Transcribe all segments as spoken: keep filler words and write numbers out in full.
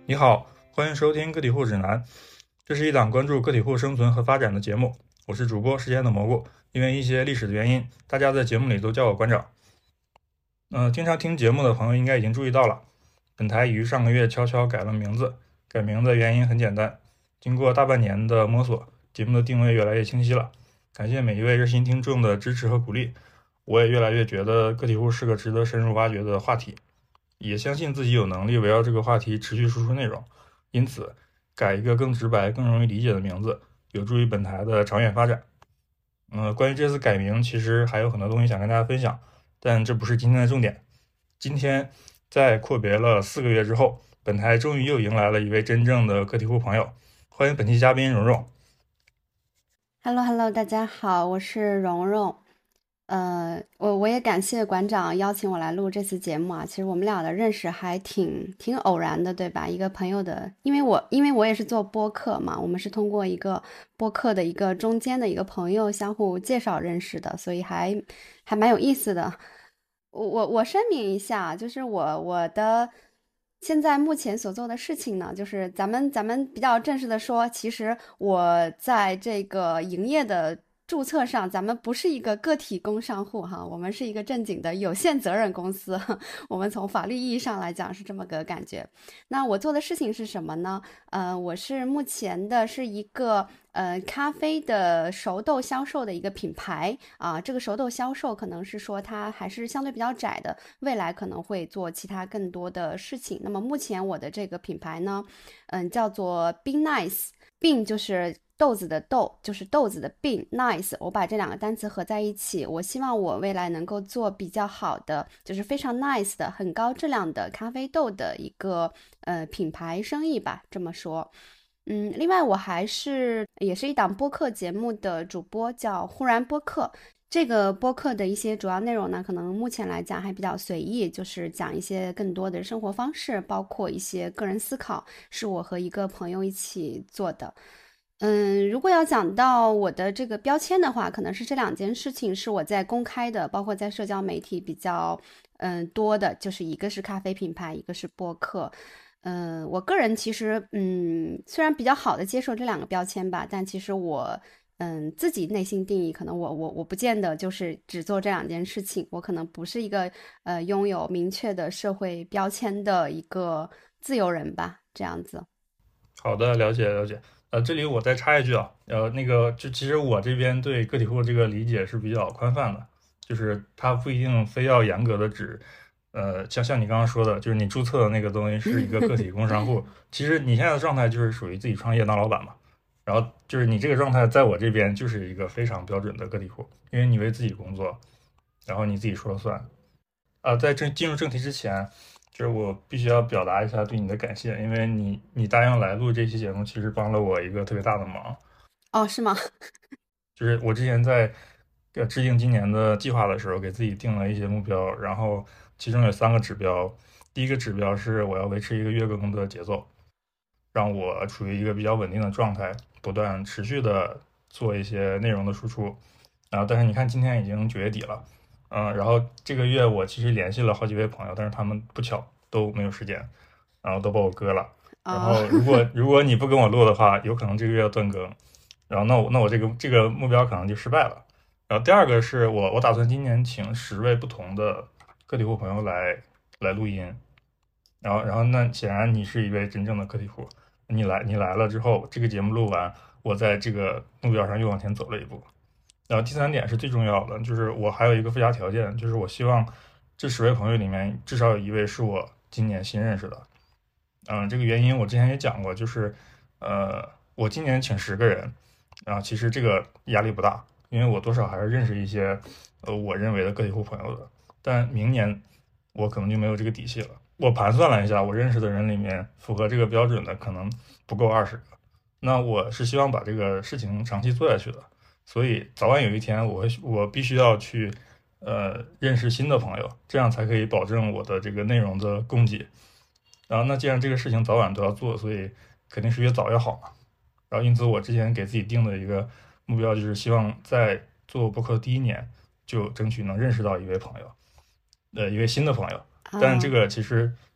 你好，欢迎收听个体户指南，这是一档关注个体户生存和发展的节目。我是主播时间的蘑菇，因为一些历史的原因，大家在节目里都叫我馆长。嗯、呃，经常听节目的朋友应该已经注意到了，本台已于上个月悄悄改了名字。改名的原因很简单，经过大半年的摸索，节目的定位越来越清晰了。感谢每一位热心听众的支持和鼓励，我也越来越觉得个体户是个值得深入挖掘的话题。也相信自己有能力围绕这个话题持续输出内容，因此改一个更直白、更容易理解的名字，有助于本台的长远发展。嗯、呃，关于这次改名，其实还有很多东西想跟大家分享，但这不是今天的重点。今天在阔别了四个月之后，本台终于又迎来了一位真正的个体户朋友，欢迎本期嘉宾蓉蓉。 Hello Hello，大家好，我是蓉蓉。呃，我我也感谢馆长邀请我来录这次节目啊。其实我们俩的认识还挺挺偶然的，对吧？一个朋友的，因为我因为我也是做播客嘛，我们是通过一个播客的一个中间的一个朋友相互介绍认识的，所以还还蛮有意思的。我我我声明一下，就是我我的现在目前所做的事情呢，就是咱们咱们比较正式的说，其实我在这个营业的注册上，咱们不是一个个体工商户哈，我们是一个正经的有限责任公司。我们从法律意义上来讲是这么个感觉。那我做的事情是什么呢？呃，我是目前的是一个呃咖啡的熟豆销售的一个品牌啊。这个熟豆销售可能是说它还是相对比较窄的，未来可能会做其他更多的事情。那么目前我的这个品牌呢，嗯，叫做 Bean Nice，Bean 就是豆子的豆，就是豆子的 bean nice，我把这两个单词合在一起，我希望我未来能够做比较好的，就是非常 nice 的、很高质量的咖啡豆的一个呃品牌生意吧，这么说。嗯，另外我还是也是一档播客节目的主播，叫忽然播客。这个播客的一些主要内容呢，可能目前来讲还比较随意，就是讲一些更多的生活方式，包括一些个人思考，是我和一个朋友一起做的。嗯，如果要讲到我的这个标签的话，可能是这两件事情是我在公开的，包括在社交媒体比较嗯多的，就是一个是咖啡品牌，一个是播客。嗯，我个人其实嗯虽然比较好的接受这两个标签吧，但其实我嗯自己内心定义，可能我我我不见得就是只做这两件事情，我可能不是一个呃拥有明确的社会标签的一个自由人吧，这样子。 好的，了解了解。呃，这里我再插一句啊，呃，那个就其实我这边对个体户这个理解是比较宽泛的，就是它不一定非要严格的指，呃，像像你刚刚说的，就是你注册的那个东西是一个个体工商户，其实你现在的状态就是属于自己创业当老板嘛，然后就是你这个状态在我这边就是一个非常标准的个体户，因为你为自己工作，然后你自己说了算。啊，在正进入正题之前，就是我必须要表达一下对你的感谢，因为你你答应来录这期节目，其实帮了我一个特别大的忙。 哦，是吗？ 就是我之前在呃制定今年的计划的时候，给自己定了一些目标，然后其中有三个指标。第一个指标是我要维持一个月更的节奏，让我处于一个比较稳定的状态，不断持续的做一些内容的输出。然后，但是你看，今天已经九月底了，嗯，然后这个月我其实联系了好几位朋友，但是他们不巧都没有时间，然后都把我割了。然啊、 后如果如果你不跟我录的话，有可能这个月要断更，然后那我那我这个这个目标可能就失败了。然后第二个是我我打算今年请十位不同的个体户朋友来来录音，然后然后那显然你是一位真正的个体户，你来你来了之后，这个节目录完，我在这个目标上又往前走了一步。然后第三点是最重要的，就是我还有一个附加条件，就是我希望这十位朋友里面至少有一位是我今年新认识的。嗯，这个原因我之前也讲过，就是呃，我今年请十个人，然后其实这个压力不大，因为我多少还是认识一些呃我认为的个体户朋友的。但明年我可能就没有这个底气了。我盘算了一下，我认识的人里面符合这个标准的可能不够二十个。那我是希望把这个事情长期做下去的，所以早晚有一天我会我必须要去呃认识新的朋友，这样才可以保证我的这个内容的供给。然后那既然这个事情早晚都要做，所以肯定是越早越好嘛。然后因此我之前给自己定的一个目标就是希望在做播客第一年就争取能认识到一位朋友，呃，一位新的朋友。但这啊， 个其实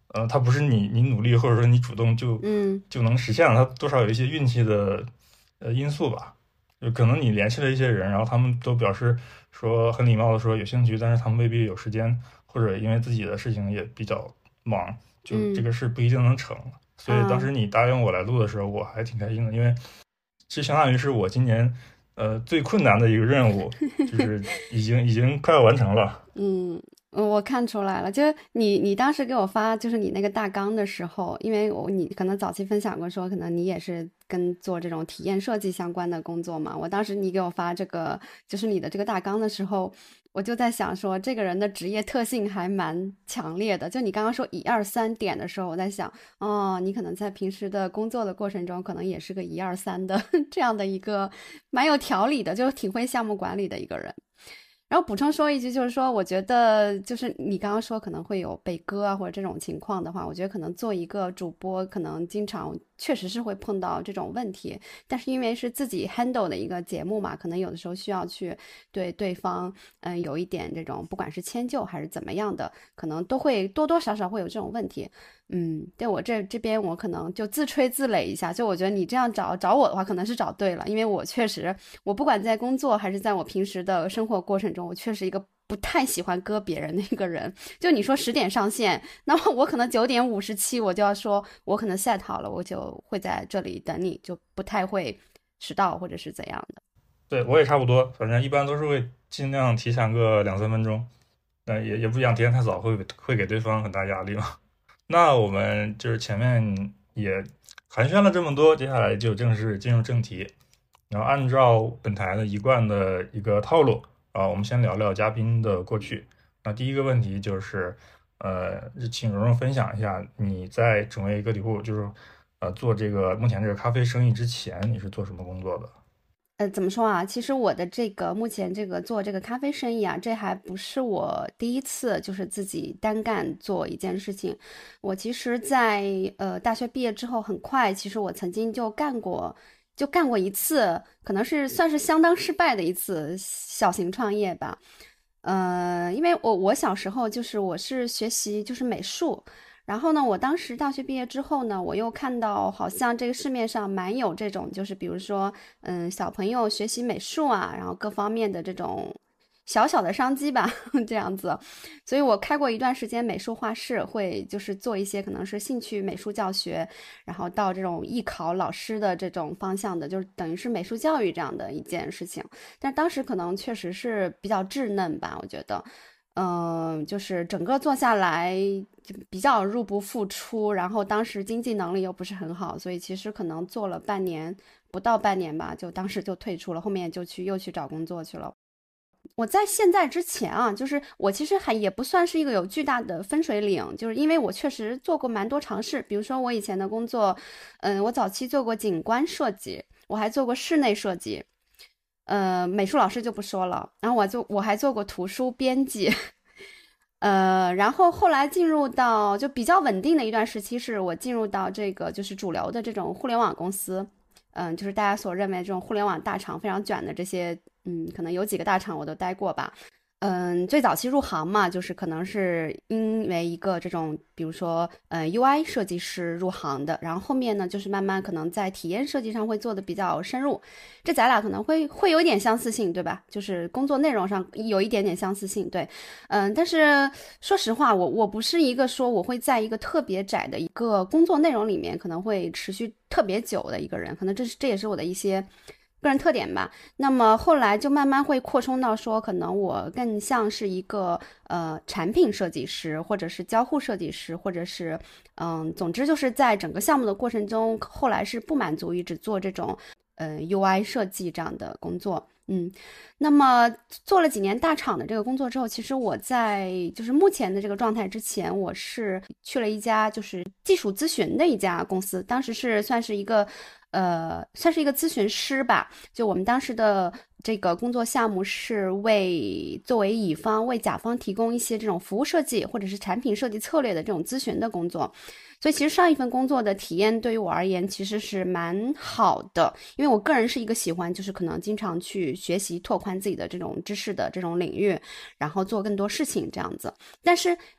呃，它不是你你努力或者说你主动就嗯就能实现了，它多少有一些运气的呃因素吧。就可能你联系了一些人，然后他们都表示说很礼貌的说有兴趣，但是他们未必有时间，或者因为自己的事情也比较忙，就这嗯个事不一定能成。所以当啊时你答应我来录的时候，我还挺开心的，因为这相当于是我今年呃最困难的一个任务，就是已经已经快要完成了。 嗯，呃我看出来了，就是你你当时给我发就是你那个大纲的时候，因为我你可能早期分享过说，可能你也是跟做这种体验设计相关的工作嘛。我当时你给我发这个就是你的这个大纲的时候，我就在想说，这个人的职业特性还蛮强烈的。就你刚刚说一二三点的时候，我在想，哦，你可能在平时的工作的过程中，可能也是个一二三的这样的一个蛮有条理的，就挺会项目管理的一个人。然后补充说一句，就是说，我觉得就是你刚刚说可能会有被割啊或者这种情况的话，我觉得可能做一个主播，可能经常确实是会碰到这种问题。但是因为是自己 handle 的一个节目嘛，可能有的时候需要去对对方，嗯，有一点这种不管是迁就还是怎么样的，可能都会多多少少会有这种问题。嗯，对我这这边我可能就自吹自擂一下，就我觉得你这样找找我的话，可能是找对了，因为我确实，我不管在工作还是在我平时的生活过程中，我确实一个不太喜欢割别人的一个人。就你说十点上线，那么我可能九点五十七我就要说，我可能 set 好了，我就会在这里等你，就不太会迟到或者是怎样的。 对我也差不多，反正一般都是会尽量提前个两三分钟，但也也不想提前太早，会会给对方很大压力嘛。那我们就是前面也寒暄了这么多，接下来就正式进入正题。然后按照本台的一贯的一个套路啊，我们先聊聊嘉宾的过去。那第一个问题就是，呃，请蓉蓉分享一下你在成为个体户，就是呃做这个目前这个咖啡生意之前，你是做什么工作的？ 呃，怎么说啊？其实我的这个目前这个做这个咖啡生意啊，这还不是我第一次就是自己单干做一件事情。我其实在，呃大学毕业之后，很快其实我曾经就干过，就干过一次，可能是算是相当失败的一次小型创业吧。呃，因为我我小时候就是我是学习就是美术，然后呢，我当时大学毕业之后呢，我又看到好像这个市面上蛮有这种，就是比如说，嗯，小朋友学习美术啊，然后各方面的这种小小的商机吧，这样子。所以我开过一段时间美术画室，会就是做一些可能是兴趣美术教学，然后到这种艺考老师的这种方向的，就是等于是美术教育这样的一件事情。但当时可能确实是比较稚嫩吧，我觉得。嗯，就是整个做下来就比较入不敷出，然后当时经济能力又不是很好，所以其实可能做了半年，不到半年吧，就当时就退出了，后面就去又去找工作去了。我在现在之前啊，就是我其实还也不算是一个有巨大的分水岭，就是因为我确实做过蛮多尝试，比如说我以前的工作，嗯，我早期做过景观设计，我还做过室内设计，呃，美术老师就不说了，然后我就我还做过图书编辑，呃，然后后来进入到就比较稳定的一段时期，是我进入到这个就是主流的这种互联网公司，嗯，就是大家所认为这种互联网大厂非常卷的这些，嗯，可能有几个大厂我都待过吧。嗯，最早期入行嘛，就是可能是因为一个这种，比如说，呃，U I 设计师入行的，然后后面呢，就是慢慢可能在体验设计上会做的比较深入，这咱俩可能会会有一点相似性，对吧？就是工作内容上有一点点相似性，对，嗯，但是说实话，我我不是一个说我会在一个特别窄的一个工作内容里面可能会持续特别久的一个人，可能这是这也是我的一些个人特点吧。那么后来就慢慢会扩充到说，可能我更像是一个呃产品设计师，或者是交互设计师，或者是嗯，总之就是在整个项目的过程中，后来是不满足于只做这种呃 U I 设计这样的工作。嗯，那么做了几年大厂的这个工作之后，其实我在就是目前的这个状态之前，我是去了一家就是技术咨询的一家公司，当时是算是一个呃算是一个咨询师吧。就我们当时的这个工作项目是为作为乙方为甲方提供一些这种服务设计或者是产品设计策略的这种咨询的工作。所以其实上一份工作的体验对于我而言其实是蛮好的，因为我个人是一个喜欢就是可能经常去学习拓宽自己的这种知识的这种领域，然后做更多事情这样子。但是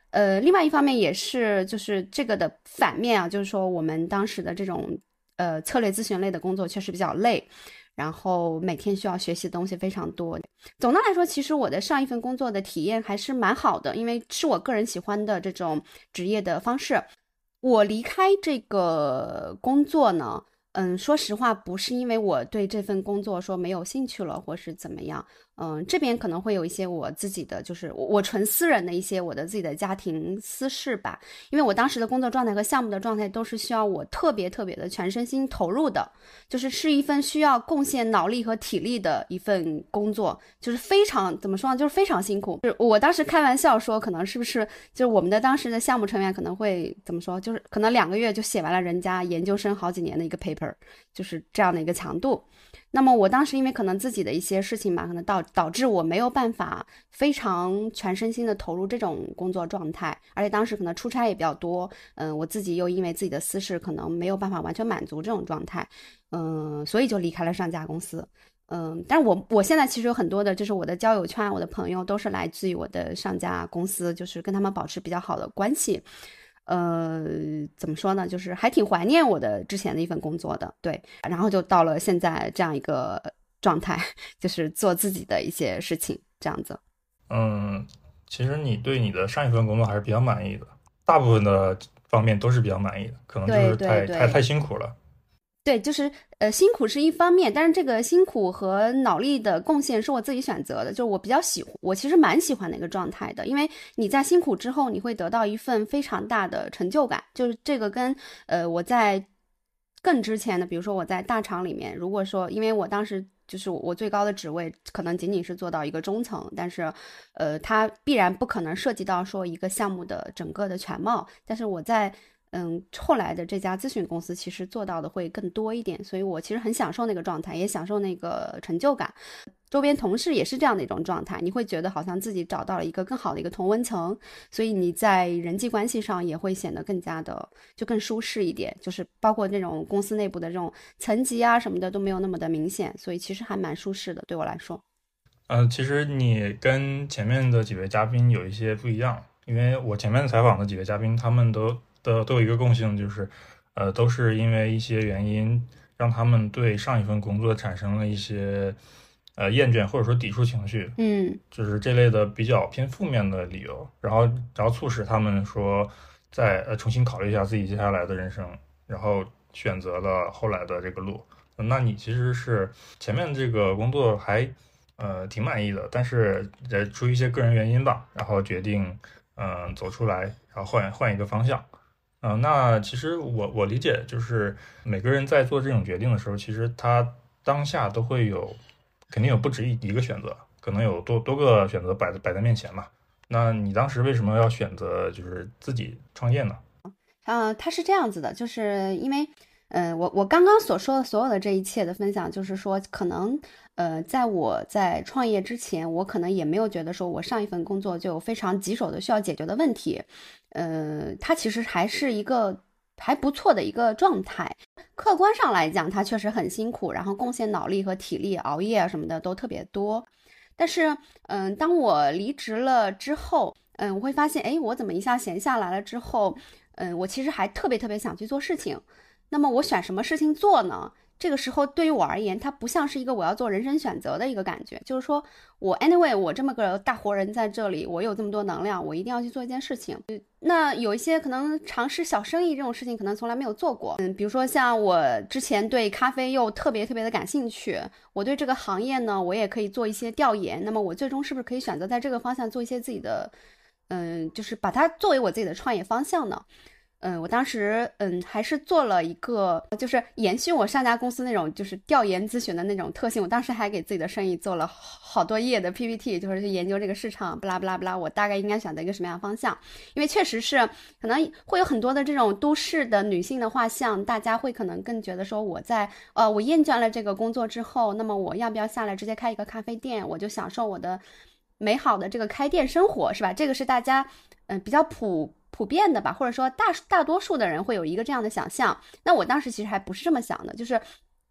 呃，另外一方面也是就是这个的反面啊，就是说我们当时的这种呃策略咨询类的工作确实比较累，然后每天需要学习的东西非常多。总的来说，其实我的上一份工作的体验还是蛮好的，因为是我个人喜欢的这种职业的方式。我离开这个工作呢，嗯，说实话，不是因为我对这份工作说没有兴趣了，或是怎么样。嗯，这边可能会有一些我自己的，就是我我纯私人的一些我的自己的家庭私事吧。因为我当时的工作状态和项目的状态都是需要我特别特别的全身心投入的，就是是一份需要贡献脑力和体力的一份工作，就是非常怎么说呢，就是非常辛苦。就是我当时开玩笑说，可能是不是就是我们的当时的项目成员可能会怎么说，就是可能两个月就写完了人家研究生好几年的一个 paper， 就是这样的一个强度。那么我当时因为可能自己的一些事情吧，可能导导致我没有办法非常全身心的投入这种工作状态，而且当时可能出差也比较多，嗯，我自己又因为自己的私事可能没有办法完全满足这种状态，嗯，所以就离开了上家公司。嗯，但是我我现在其实有很多的，就是我的交友圈，我的朋友都是来自于我的上家公司，就是跟他们保持比较好的关系。呃，怎么说呢？就是还挺怀念我的之前的一份工作的，对。然后就到了现在这样一个状态，就是做自己的一些事情，这样子。 嗯，其实你对你的上一份工作还是比较满意的，大部分的方面都是比较满意的，可能就是太对对对太太辛苦了。 对，就是呃，辛苦是一方面，但是这个辛苦和脑力的贡献是我自己选择的，就是我比较喜欢，我其实蛮喜欢那个状态的，因为你在辛苦之后，你会得到一份非常大的成就感，就是这个跟呃我在更之前的，比如说我在大厂里面，如果说因为我当时就是我最高的职位可能仅仅是做到一个中层，但是呃它必然不可能涉及到说一个项目的整个的全貌，但是我在嗯，后来的这家咨询公司其实做到的会更多一点，所以我其实很享受那个状态，也享受那个成就感。周边同事也是这样的一种状态，你会觉得好像自己找到了一个更好的一个同温层，所以你在人际关系上也会显得更加的就更舒适一点，就是包括这种公司内部的这种层级啊什么的都没有那么的明显，所以其实还蛮舒适的，对我来说。 呃，其实你跟前面的几位嘉宾有一些不一样，因为我前面采访的几位嘉宾，他们都的都有一个共性，就是，呃，都是因为一些原因，让他们对上一份工作产生了一些，呃，厌倦或者说抵触情绪， 嗯， 就是这类的比较偏负面的理由，然后然后促使他们说再呃重新考虑一下自己接下来的人生，然后选择了后来的这个路。那你其实是前面这个工作还呃挺满意的，但是呃出于一些个人原因吧，然后决定嗯、呃走出来，然后换换一个方向。嗯、呃那其实我我理解，就是每个人在做这种决定的时候，其实他当下都会有肯定有不止一一个选择，可能有多多个选择摆在摆在面前嘛。那你当时为什么要选择就是自己创业呢？ 呃，它是这样子的，就是因为，呃，我我刚刚所说的所有的这一切的分享，就是说，可能，呃，在我在创业之前，我可能也没有觉得说我上一份工作就有非常棘手的需要解决的问题，呃，它其实还是一个还不错的一个状态。客观上来讲，它确实很辛苦，然后贡献脑力和体力、熬夜啊什么的都特别多。但是，嗯，当我离职了之后，嗯，我会发现，哎，我怎么一下闲下来了之后，嗯，我其实还特别特别想去做事情。那么我选什么事情做呢？这个时候对于我而言，它不像是一个我要做人生选择的一个感觉，就是说我 anyway 我这么个大活人在这里，我有这么多能量，我一定要去做一件事情。那有一些可能尝试小生意这种事情，可能从来没有做过。嗯，比如说像我之前对咖啡又特别特别的感兴趣，我对这个行业呢，我也可以做一些调研。那么我最终是不是可以选择在这个方向做一些自己的，嗯，就是把它作为我自己的创业方向呢？嗯，我当时嗯还是做了一个，就是延续我上家公司那种就是调研咨询的那种特性。我当时还给自己的生意做了好多页的 P P T，就是去研究这个市场，不拉不拉不拉，我大概应该选择一个什么样的方向。因为确实是可能会有很多的这种都市的女性的画像，大家会可能更觉得说我在呃我厌倦了这个工作之后，那么我要不要下来直接开一个咖啡店，我就享受我的美好的这个开店生活，是吧？这个是大家嗯、呃、比较普。普遍的吧，或者说大大多数的人会有一个这样的想象。那我当时其实还不是这么想的，就是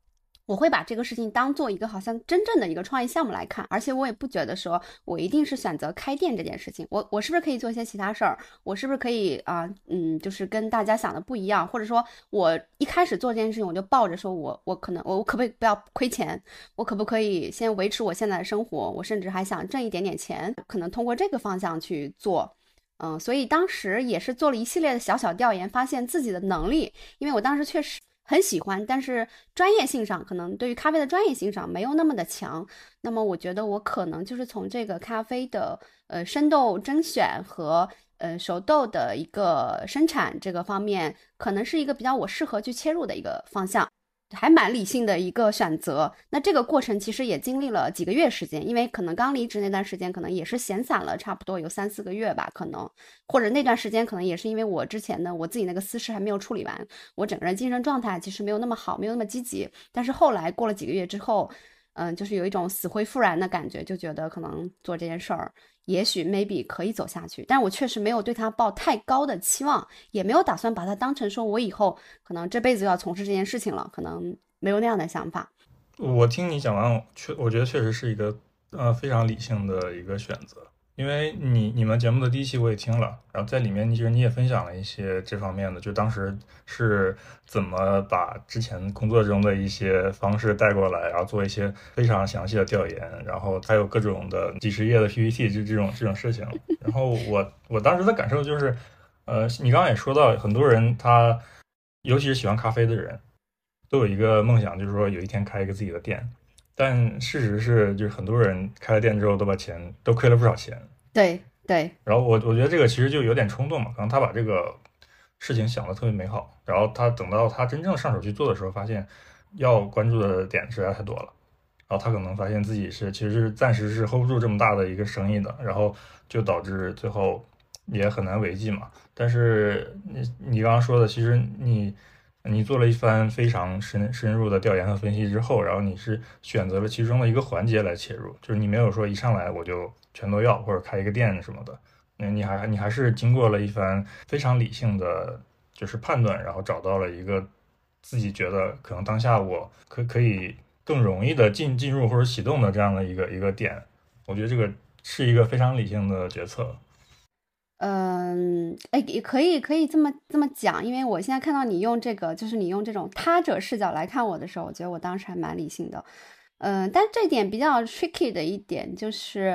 我会把这个事情当做一个好像真正的一个创业项目来看，而且我也不觉得说我一定是选择开店这件事情，我我是不是可以做一些其他事儿，我是不是可以啊、呃、嗯，就是跟大家想的不一样，或者说我一开始做这件事情我就抱着说我我可能我可不可以不要亏钱，我可不可以先维持我现在的生活，我甚至还想挣一点点钱，可能通过这个方向去做。嗯，所以当时也是做了一系列的小小调研，发现自己的能力，因为我当时确实很喜欢，但是专业性上可能对于咖啡的专业性上没有那么的强。那么我觉得我可能就是从这个咖啡的呃生豆甄选和呃熟豆的一个生产这个方面，可能是一个比较我适合去切入的一个方向。还蛮理性的一个选择。那这个过程其实也经历了几个月时间，因为可能刚离职那段时间可能也是闲散了差不多有三四个月吧，可能或者那段时间可能也是因为我之前的我自己那个私事还没有处理完，我整个人精神状态其实没有那么好，没有那么积极。但是后来过了几个月之后，嗯，就是有一种死灰复燃的感觉，就觉得可能做这件事儿也许 maybe 可以走下去，但我确实没有对他抱太高的期望，也没有打算把它当成说我以后可能这辈子要从事这件事情了，可能没有那样的想法。 我听你讲完，确我觉得确实是一个呃非常理性的一个选择。因为你你们节目的第一期我也听了，然后在里面其实你也分享了一些这方面的，就当时是怎么把之前工作中的一些方式带过来，然后做一些非常详细的调研，然后还有各种的几十页的 P P T 就这种这种事情。然后我我当时的感受就是，呃，你刚刚也说到，很多人他尤其是喜欢咖啡的人，都有一个梦想，就是说有一天开一个自己的店。但事实是，就是很多人开了店之后都把钱都亏了不少钱。 对对， 然后我我觉得这个其实就有点冲动嘛，可能他把这个事情想得特别美好，然后他等到他真正上手去做的时候，发现要关注的点实在太多了，然后他可能发现自己是其实是暂时是 hold 不住这么大的一个生意的，然后就导致最后也很难为继嘛。但是你你刚刚说的，其实你。你做了一番非常深深入的调研和分析之后，然后你是选择了其中的一个环节来切入，就是你没有说一上来我就全都要或者开一个店什么的，那你还你还是经过了一番非常理性的就是判断，然后找到了一个自己觉得可能当下我可可以更容易的进进入或者启动的这样的一个一个点。我觉得这个是一个非常理性的决策。 嗯，哎，也可以可以这么这么讲，因为我现在看到你用这个，就是你用这种他者视角来看我的时候，我觉得我当时还蛮理性的。嗯，但这点比较 tricky 的一点就是，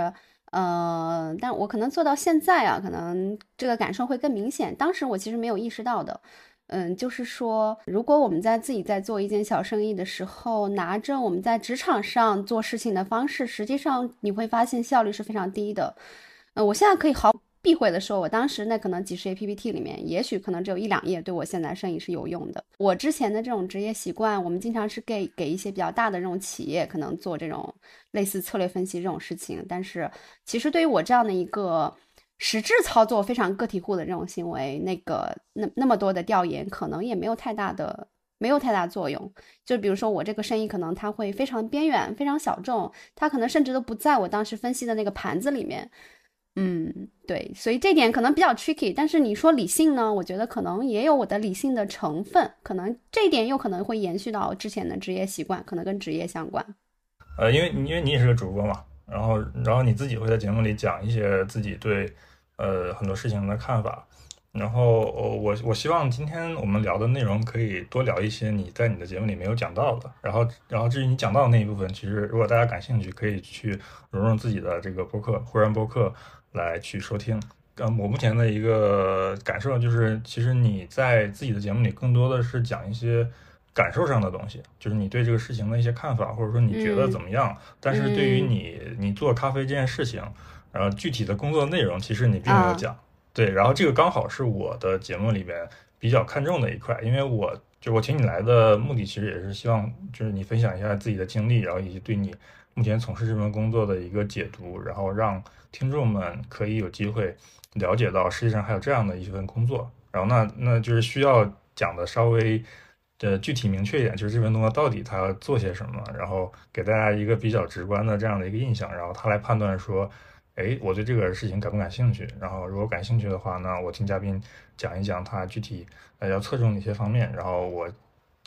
呃，但我可能做到现在啊，可能这个感受会更明显。当时我其实没有意识到的。嗯，就是说，如果我们在自己在做一件小生意的时候，拿着我们在职场上做事情的方式，实际上你会发现效率是非常低的。呃，我现在可以毫不避讳的说，我当时那可能几十页 P P T 里面，也许可能只有一两页对我现在生意是有用的。我之前的这种职业习惯，我们经常是给给一些比较大的这种企业，可能做这种类似策略分析这种事情。但是其实对于我这样的一个实质操作非常个体户的这种行为，那个那那么多的调研，可能也没有太大的。没有太大作用，就比如说我这个生意可能它会非常边缘、非常小众，它可能甚至都不在我当时分析的那个盘子里面。嗯，对，所以这点可能比较 tricky，但是你说理性呢，我觉得可能也有我的理性的成分，可能这一点又可能会延续到之前的职业习惯，可能跟职业相关。 呃，因为因为你也是个主播嘛，然后然后你自己会在节目里讲一些自己对呃很多事情的看法，然后我我希望今天我们聊的内容可以多聊一些你在你的节目里没有讲到的，然后然后至于你讲到的那一部分，其实如果大家感兴趣，可以去融入自己的这个播客忽然播客来去收听。呃，我目前的一个感受就是，其实你在自己的节目里更多的是讲一些感受上的东西，就是你对这个事情的一些看法，或者说你觉得怎么样。嗯、但是对于你你做咖啡这件事情，然后具体的工作内容，其实你并没有讲。啊对，然后这个刚好是我的节目里边比较看重的一块，因为我就我请你来的目的其实也是希望就是你分享一下自己的经历，然后以及对你目前从事这份工作的一个解读，然后让听众们可以有机会了解到世界上还有这样的一份工作。然后那那就是需要讲的稍微的具体明确一点，就是这份工作到底他要做些什么，然后给大家一个比较直观的这样的一个印象，然后他来判断说哎，我对这个事情感不感兴趣？然后如果感兴趣的话呢，我听嘉宾讲一讲他具体呃要侧重哪些方面，然后我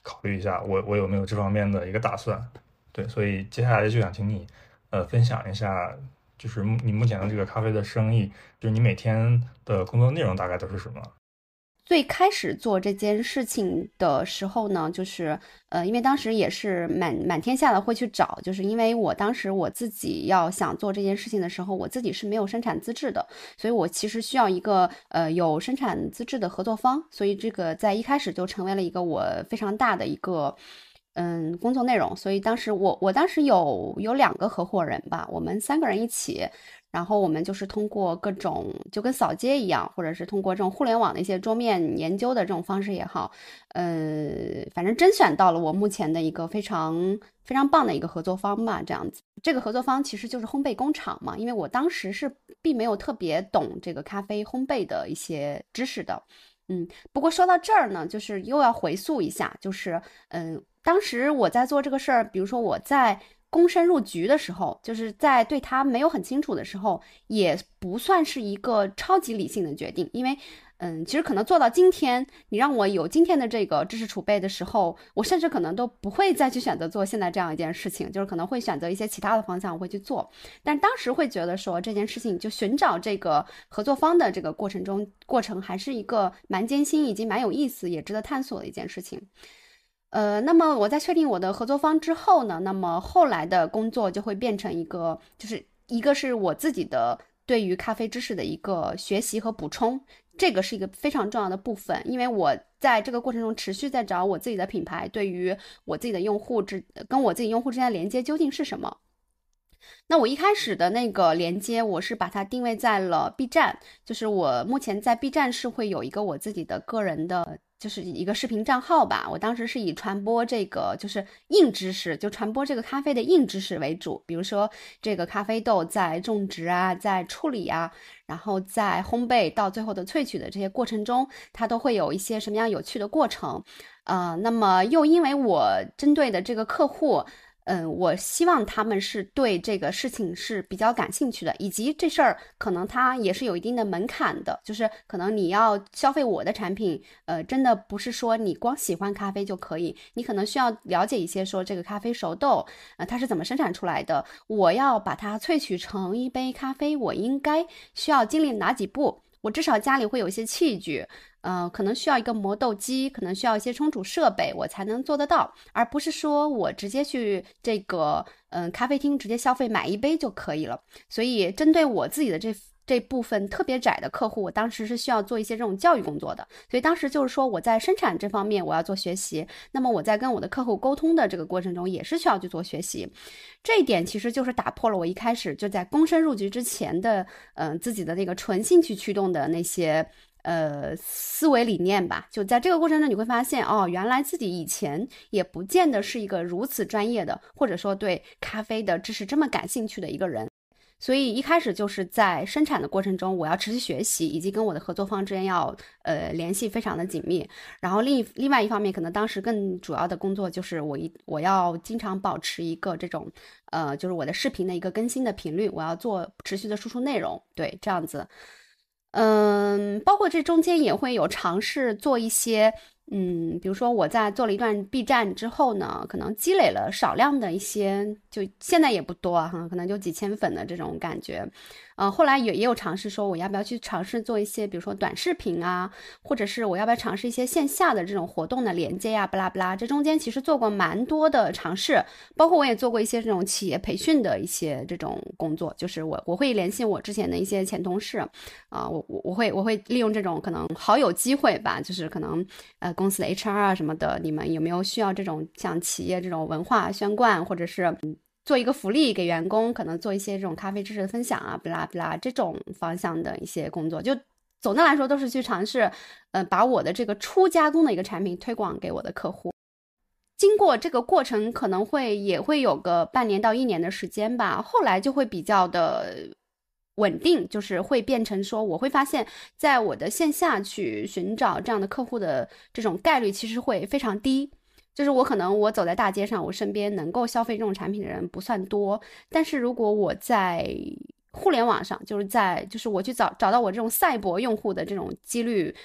考虑一下我我有没有这方面的一个打算。对，所以接下来就想请你呃分享一下，就是你目前的这个咖啡的生意，就是你每天的工作内容大概都是什么？ 最开始做这件事情的时候呢，就是呃，因为当时也是满满天下的会去找，就是因为我当时我自己要想做这件事情的时候，我自己是没有生产资质的，所以我其实需要一个呃有生产资质的合作方，所以这个在一开始就成为了一个我非常大的一个嗯工作内容。所以当时我我当时有有两个合伙人吧，我们三个人一起。然后我们就是通过各种就跟扫街一样，或者是通过这种互联网的一些桌面研究的这种方式也好，呃，反正甄选到了我目前的一个非常非常棒的一个合作方吧，这样子。这个合作方其实就是烘焙工厂嘛，因为我当时是并没有特别懂这个咖啡烘焙的一些知识的。嗯，不过说到这儿呢，就是又要回溯一下，就是嗯、呃，当时我在做这个事儿，比如说我在躬身入局的时候，就是在对他没有很清楚的时候，也不算是一个超级理性的决定，因为，嗯，其实可能做到今天，你让我有今天的这个知识储备的时候，我甚至可能都不会再去选择做现在这样一件事情，就是可能会选择一些其他的方向我会去做，但当时会觉得说这件事情就寻找这个合作方的这个过程中，过程还是一个蛮艰辛以及蛮有意思也值得探索的一件事情。呃，那么我在确定我的合作方之后呢，那么后来的工作就会变成一个，就是一个是我自己的对于咖啡知识的一个学习和补充，这个是一个非常重要的部分，因为我在这个过程中持续在找我自己的品牌对于我自己的用户之跟我自己用户之间的连接究竟是什么。那我一开始的那个连接，我是把它定位在了 B 站，就是我目前在 B 站是会有一个我自己的个人的，就是一个视频账号吧。我当时是以传播这个就是硬知识，就传播这个咖啡的硬知识为主，比如说这个咖啡豆在种植啊，在处理啊，然后在烘焙到最后的萃取的这些过程中，它都会有一些什么样有趣的过程。呃，那么又因为我针对的这个客户。嗯，我希望他们是对这个事情是比较感兴趣的，以及这事儿可能它也是有一定的门槛的，就是可能你要消费我的产品，呃，真的不是说你光喜欢咖啡就可以，你可能需要了解一些说这个咖啡熟豆，呃，它是怎么生产出来的，我要把它萃取成一杯咖啡，我应该需要经历哪几步？我至少家里会有一些器具。呃，可能需要一个磨豆机，可能需要一些冲煮设备，我才能做得到，而不是说我直接去这个嗯、呃、咖啡厅直接消费买一杯就可以了。所以针对我自己的这这部分特别窄的客户，我当时是需要做一些这种教育工作的。所以当时就是说我在生产这方面我要做学习，那么我在跟我的客户沟通的这个过程中也是需要去做学习。这一点其实就是打破了我一开始就在躬身入局之前的嗯、呃、自己的那个纯兴趣驱动的那些。呃，思维理念吧，就在这个过程中，你会发现，哦，原来自己以前也不见得是一个如此专业的，或者说对咖啡的知识这么感兴趣的一个人。所以一开始就是在生产的过程中，我要持续学习，以及跟我的合作方之间要呃联系非常的紧密。然后另另外一方面，可能当时更主要的工作就是我一我要经常保持一个这种呃，就是我的视频的一个更新的频率，我要做持续的输出内容，对，这样子。嗯，包括这中间也会有尝试做一些，嗯，比如说我在做了一段 B 站之后呢，可能积累了少量的一些，就现在也不多啊，可能就几千粉的这种感觉。呃，后来也也有尝试说我要不要去尝试做一些，比如说短视频啊，或者是我要不要尝试一些线下的这种活动的连接呀、啊，不拉不拉。这中间其实做过蛮多的尝试，包括我也做过一些这种企业培训的一些这种工作，就是我我会联系我之前的一些前同事，啊、呃，我我我会我会利用这种可能好有机会吧，就是可能呃公司的 H R 啊什么的，你们有没有需要这种像企业这种文化宣贯，或者是做一个福利给员工，可能做一些这种咖啡知识的分享啊，不拉不拉这种方向的一些工作，就总的来说都是去尝试，呃，把我的这个初加工的一个产品推广给我的客户。经过这个过程，可能会也会有个半年到一年的时间吧，后来就会比较的稳定，就是会变成说，我会发现在我的线下去寻找这样的客户的这种概率其实会非常低。就是我可能我走在大街上，我身边能够消费这种产品的人不算多，但是如果我在互联网上，就是在就是我去找找到我这种赛博用户的这种几率，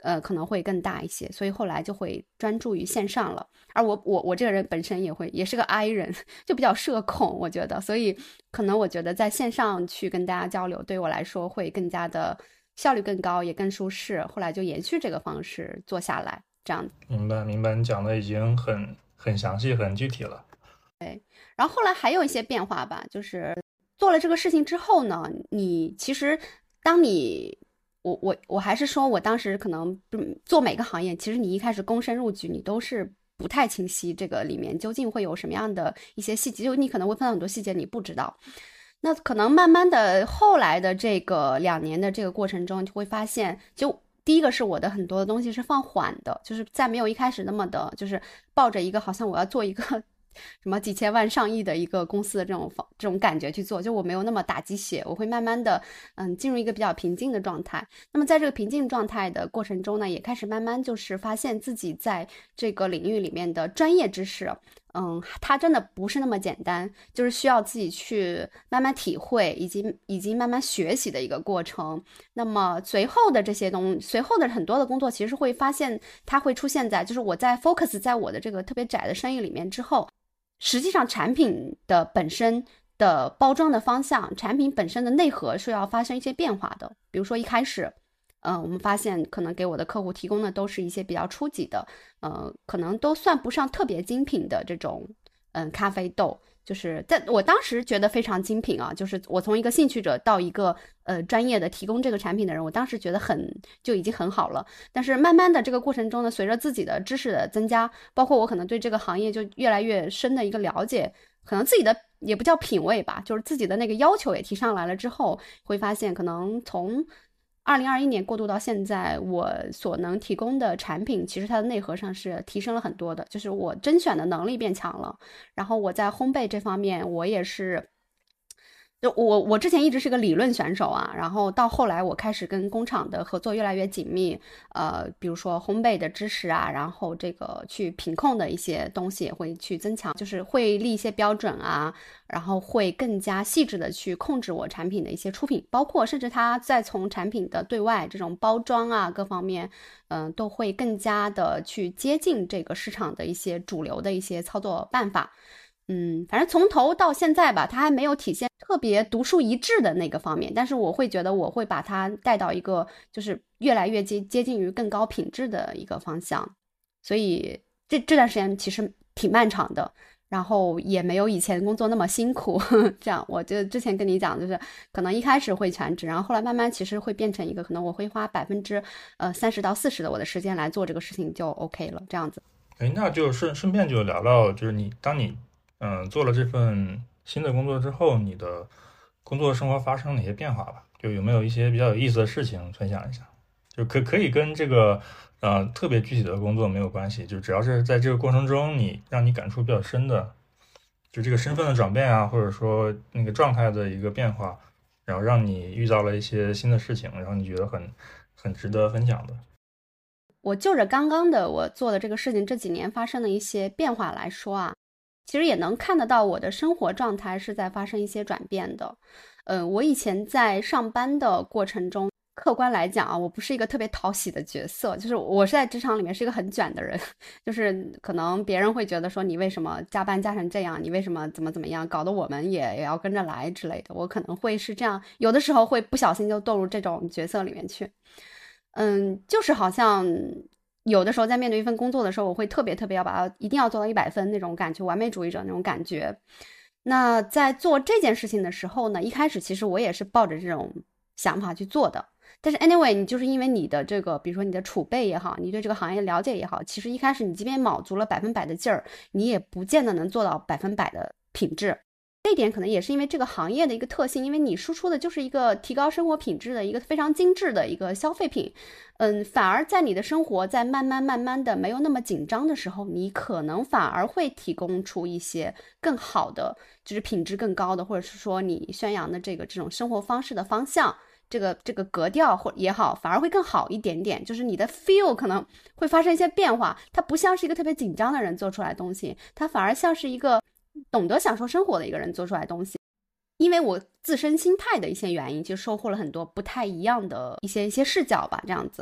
呃可能会更大一些，所以后来就会专注于线上了。而我我我这个人本身也会也是个 I 人，就比较社恐，我觉得，所以可能我觉得在线上去跟大家交流，对我来说会更加的效率更高，也更舒适。后来就延续这个方式做下来，这样。 明白明白，你讲的已经很很详细很具体了。 对，然后后来还有一些变化吧，就是做了这个事情之后呢，你其实当你我我我还是说我当时可能做每个行业，其实你一开始躬身入局，你都是不太清晰这个里面究竟会有什么样的一些细节，就你可能会碰到很多细节你不知道。那可能慢慢的后来的这个两年的这个过程中，就会发现，就第一个是我的很多的东西是放缓的，就是在没有一开始那么的，就是抱着一个好像我要做一个什么几千万上亿的一个公司的这种这种感觉去做，就我没有那么打鸡血，我会慢慢的嗯进入一个比较平静的状态。那么在这个平静状态的过程中呢，也开始慢慢就是发现自己在这个领域里面的专业知识，嗯，它真的不是那么简单，就是需要自己去慢慢体会，以及以及慢慢学习的一个过程。那么随后的这些东，随后的很多的工作，其实会发现它会出现在，就是我在 focus 在我的这个特别窄的生意里面之后，实际上产品的本身的包装的方向，产品本身的内核是要发生一些变化的。比如说一开始嗯、呃，我们发现可能给我的客户提供的都是一些比较初级的，呃，可能都算不上特别精品的这种嗯、呃、咖啡豆，就是在我当时觉得非常精品啊，就是我从一个兴趣者到一个呃专业的提供这个产品的人，我当时觉得很就已经很好了。但是慢慢的这个过程中呢，随着自己的知识的增加，包括我可能对这个行业就越来越深的一个了解，可能自己的也不叫品味吧，就是自己的那个要求也提上来了之后，会发现可能从二零二一年过渡到现在，我所能提供的产品其实它的内核上是提升了很多的，就是我甄选的能力变强了，然后我在烘焙这方面我也是就我我之前一直是个理论选手啊，然后到后来我开始跟工厂的合作越来越紧密，呃，比如说烘焙的知识啊，然后这个去品控的一些东西也会去增强，就是会立一些标准啊，然后会更加细致的去控制我产品的一些出品，包括甚至它再从产品的对外这种包装啊各方面，嗯、呃，都会更加的去接近这个市场的一些主流的一些操作办法。嗯，反正从头到现在吧，它还没有体现特别独树一帜的那个方面，但是我会觉得我会把它带到一个就是越来越接接近于更高品质的一个方向，所以这这段时间其实挺漫长的，然后也没有以前工作那么辛苦。这样，我就之前跟你讲，就是可能一开始会全职，然后后来慢慢其实会变成一个，可能我会花百分之呃三十到四十的我的时间来做这个事情就 OK 了，这样子。 哎，那就顺顺便就聊聊，就是你当你嗯，做了这份新的工作之后，你的工作生活发生哪些变化吧？就有没有一些比较有意思的事情分享一下？就可可以跟这个呃特别具体的工作没有关系，就只要是在这个过程中你让你感触比较深的，就这个身份的转变啊，或者说那个状态的一个变化，然后让你遇到了一些新的事情，然后你觉得很很值得分享的。 我就着刚刚的我做的这个事情，这几年发生的一些变化来说啊，其实也能看得到我的生活状态是在发生一些转变的。嗯，我以前在上班的过程中，客观来讲啊，我不是一个特别讨喜的角色，就是我是在职场里面是一个很卷的人，就是可能别人会觉得说你为什么加班加成这样，你为什么怎么怎么样，搞得我们也也要跟着来之类的，我可能会是这样，有的时候会不小心就堕入这种角色里面去。嗯，就是好像有的时候在面对一份工作的时候，我会特别特别要把它一定要做到一百分那种感觉，完美主义者那种感觉。那在做这件事情的时候呢，一开始其实我也是抱着这种想法去做的。但是 anyway， 你就是因为你的这个，比如说你的储备也好，你对这个行业了解也好，其实一开始你即便卯足了百分百的劲儿，你也不见得能做到百分百的品质。这一点可能也是因为这个行业的一个特性，因为你输出的就是一个提高生活品质的一个非常精致的一个消费品，嗯，反而在你的生活在慢慢慢慢的没有那么紧张的时候，你可能反而会提供出一些更好的，就是品质更高的，或者是说你宣扬的这个这种生活方式的方向，这个这个格调或也好，反而会更好一点点，就是你的 feel 可能会发生一些变化，它不像是一个特别紧张的人做出来的东西，它反而像是一个懂得享受生活的一个人做出来的东西。因为我自身心态的一些原因，就收获了很多不太一样的一些一些视角吧，这样子。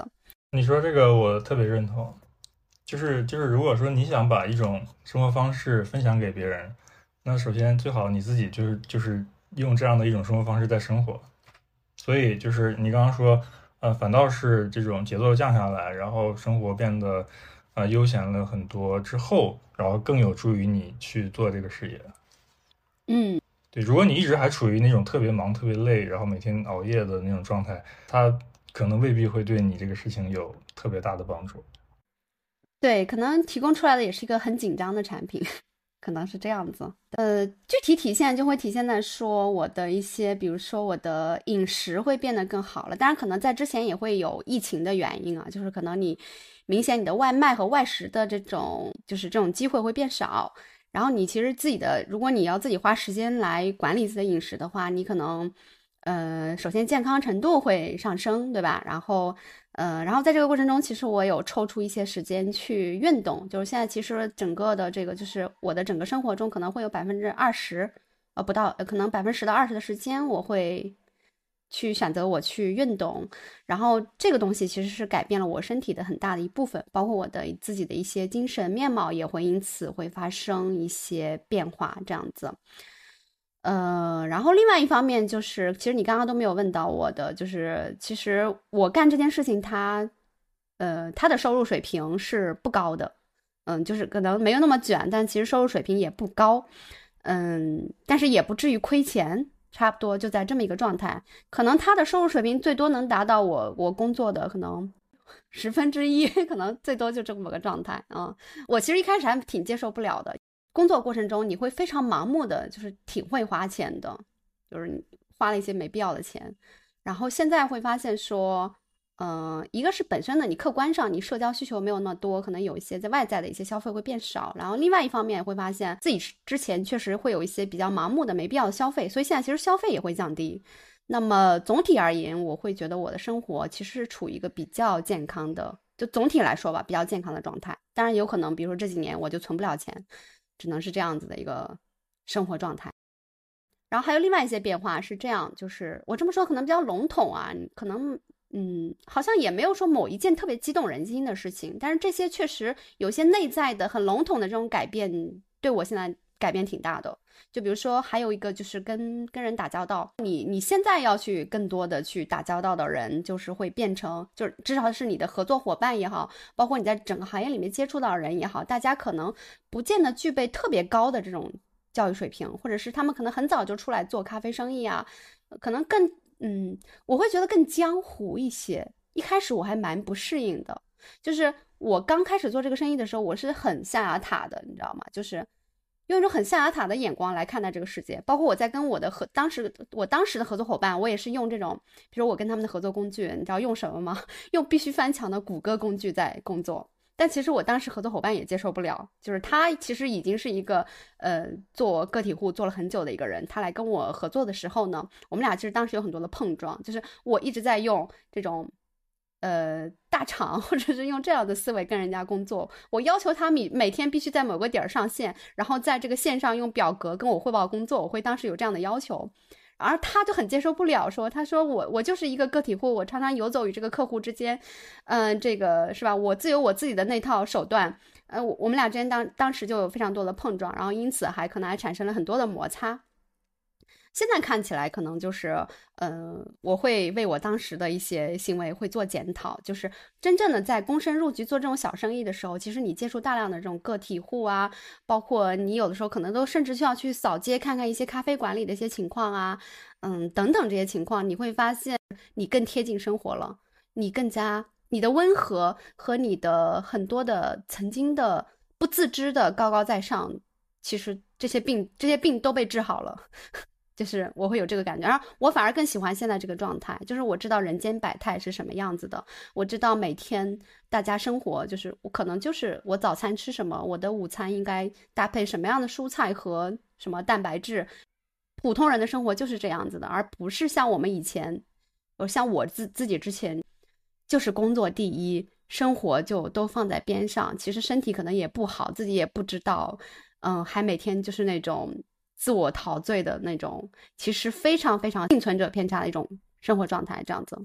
你说这个我特别认同，就是就是如果说你想把一种生活方式分享给别人，那首先最好你自己就是就是用这样的一种生活方式在生活。所以就是你刚刚说，呃，反倒是这种节奏降下来，然后生活变得呃悠闲了很多之后，然后更有助于你去做这个事业。 嗯。 对，如果你一直还处于那种特别忙、特别累，然后每天熬夜的那种状态，它可能未必会对你这个事情有特别大的帮助。 对，可能提供出来的也是一个很紧张的产品，可能是这样子。呃，具体体现就会体现在说我的一些，比如说我的饮食会变得更好了。当然，可能在之前也会有疫情的原因啊，就是可能你明显你的外卖和外食的这种，就是这种机会会变少。然后你其实自己的，如果你要自己花时间来管理自己的饮食的话，你可能，呃，首先健康程度会上升，对吧？然后，呃，然后在这个过程中，其实我有抽出一些时间去运动，就是现在其实整个的这个，就是我的整个生活中可能会有百分之二十，呃，不到，呃可能百分之十到二十的时间，我会去选择我去运动。然后这个东西其实是改变了我身体的很大的一部分，包括我的自己的一些精神面貌也会因此会发生一些变化，这样子。呃，然后另外一方面就是，其实你刚刚都没有问到我的，就是其实我干这件事情它，呃，它的收入水平是不高的，嗯，就是可能没有那么卷，但其实收入水平也不高，嗯，但是也不至于亏钱，差不多就在这么一个状态。可能它的收入水平最多能达到我我工作的可能十分之一，可能最多就这么个状态啊。我其实一开始还挺接受不了的。工作过程中你会非常盲目的，就是挺会花钱的，就是你花了一些没必要的钱。然后现在会发现说，嗯、呃，一个是本身的你客观上你社交需求没有那么多，可能有一些在外在的一些消费会变少。然后另外一方面会发现自己之前确实会有一些比较盲目的没必要的消费，所以现在其实消费也会降低。那么总体而言，我会觉得我的生活其实是处于一个比较健康的，就总体来说吧，比较健康的状态。当然有可能，比如说这几年我就存不了钱，只能是这样子的一个生活状态。然后还有另外一些变化是这样，就是我这么说可能比较笼统啊，可能嗯，好像也没有说某一件特别激动人心的事情，但是这些确实有些内在的很笼统的这种改变，对我现在改变挺大的。就比如说，还有一个就是跟跟人打交道，你你现在要去更多的去打交道的人，就是会变成，就是至少是你的合作伙伴也好，包括你在整个行业里面接触到的人也好，大家可能不见得具备特别高的这种教育水平，或者是他们可能很早就出来做咖啡生意啊，可能更嗯，我会觉得更江湖一些。一开始我还蛮不适应的，就是我刚开始做这个生意的时候，我是很象牙塔的，你知道吗？就是用一种很象牙塔的眼光来看待这个世界。包括我在跟我的合当时我当时的合作伙伴，我也是用这种，比如我跟他们的合作工具，你知道用什么吗？用必须翻墙的谷歌工具在工作。但其实我当时合作伙伴也接受不了，就是他其实已经是一个呃做个体户做了很久的一个人，他来跟我合作的时候呢，我们俩其实当时有很多的碰撞，就是我一直在用这种呃大厂或者是用这样的思维跟人家工作，我要求他每每天必须在某个点上线，然后在这个线上用表格跟我汇报工作，我会当时有这样的要求。而他就很接受不了，说他说我我就是一个个体户，我常常游走于这个客户之间，嗯、呃，这个是吧？我自有我自己的那套手段，呃，我我们俩之间当当时就有非常多的碰撞，然后因此还可能还产生了很多的摩擦。现在看起来可能就是，嗯、呃，我会为我当时的一些行为会做检讨，就是真正的在躬身入局做这种小生意的时候，其实你接触大量的这种个体户啊，包括你有的时候可能都甚至需要去扫街看看一些咖啡馆里的一些情况啊，嗯，等等这些情况，你会发现你更贴近生活了，你更加你的温和和你的很多的曾经的不自知的高高在上，其实这些病这些病都被治好了。就是我会有这个感觉，然后我反而更喜欢现在这个状态，就是我知道人间百态是什么样子的，我知道每天大家生活就是我可能就是我早餐吃什么，我的午餐应该搭配什么样的蔬菜和什么蛋白质，普通人的生活就是这样子的，而不是像我们以前，像我自自己之前就是工作第一，生活就都放在边上，其实身体可能也不好，自己也不知道，嗯，还每天就是那种自我陶醉的那种，其实非常非常幸存者偏差的一种生活状态，这样子。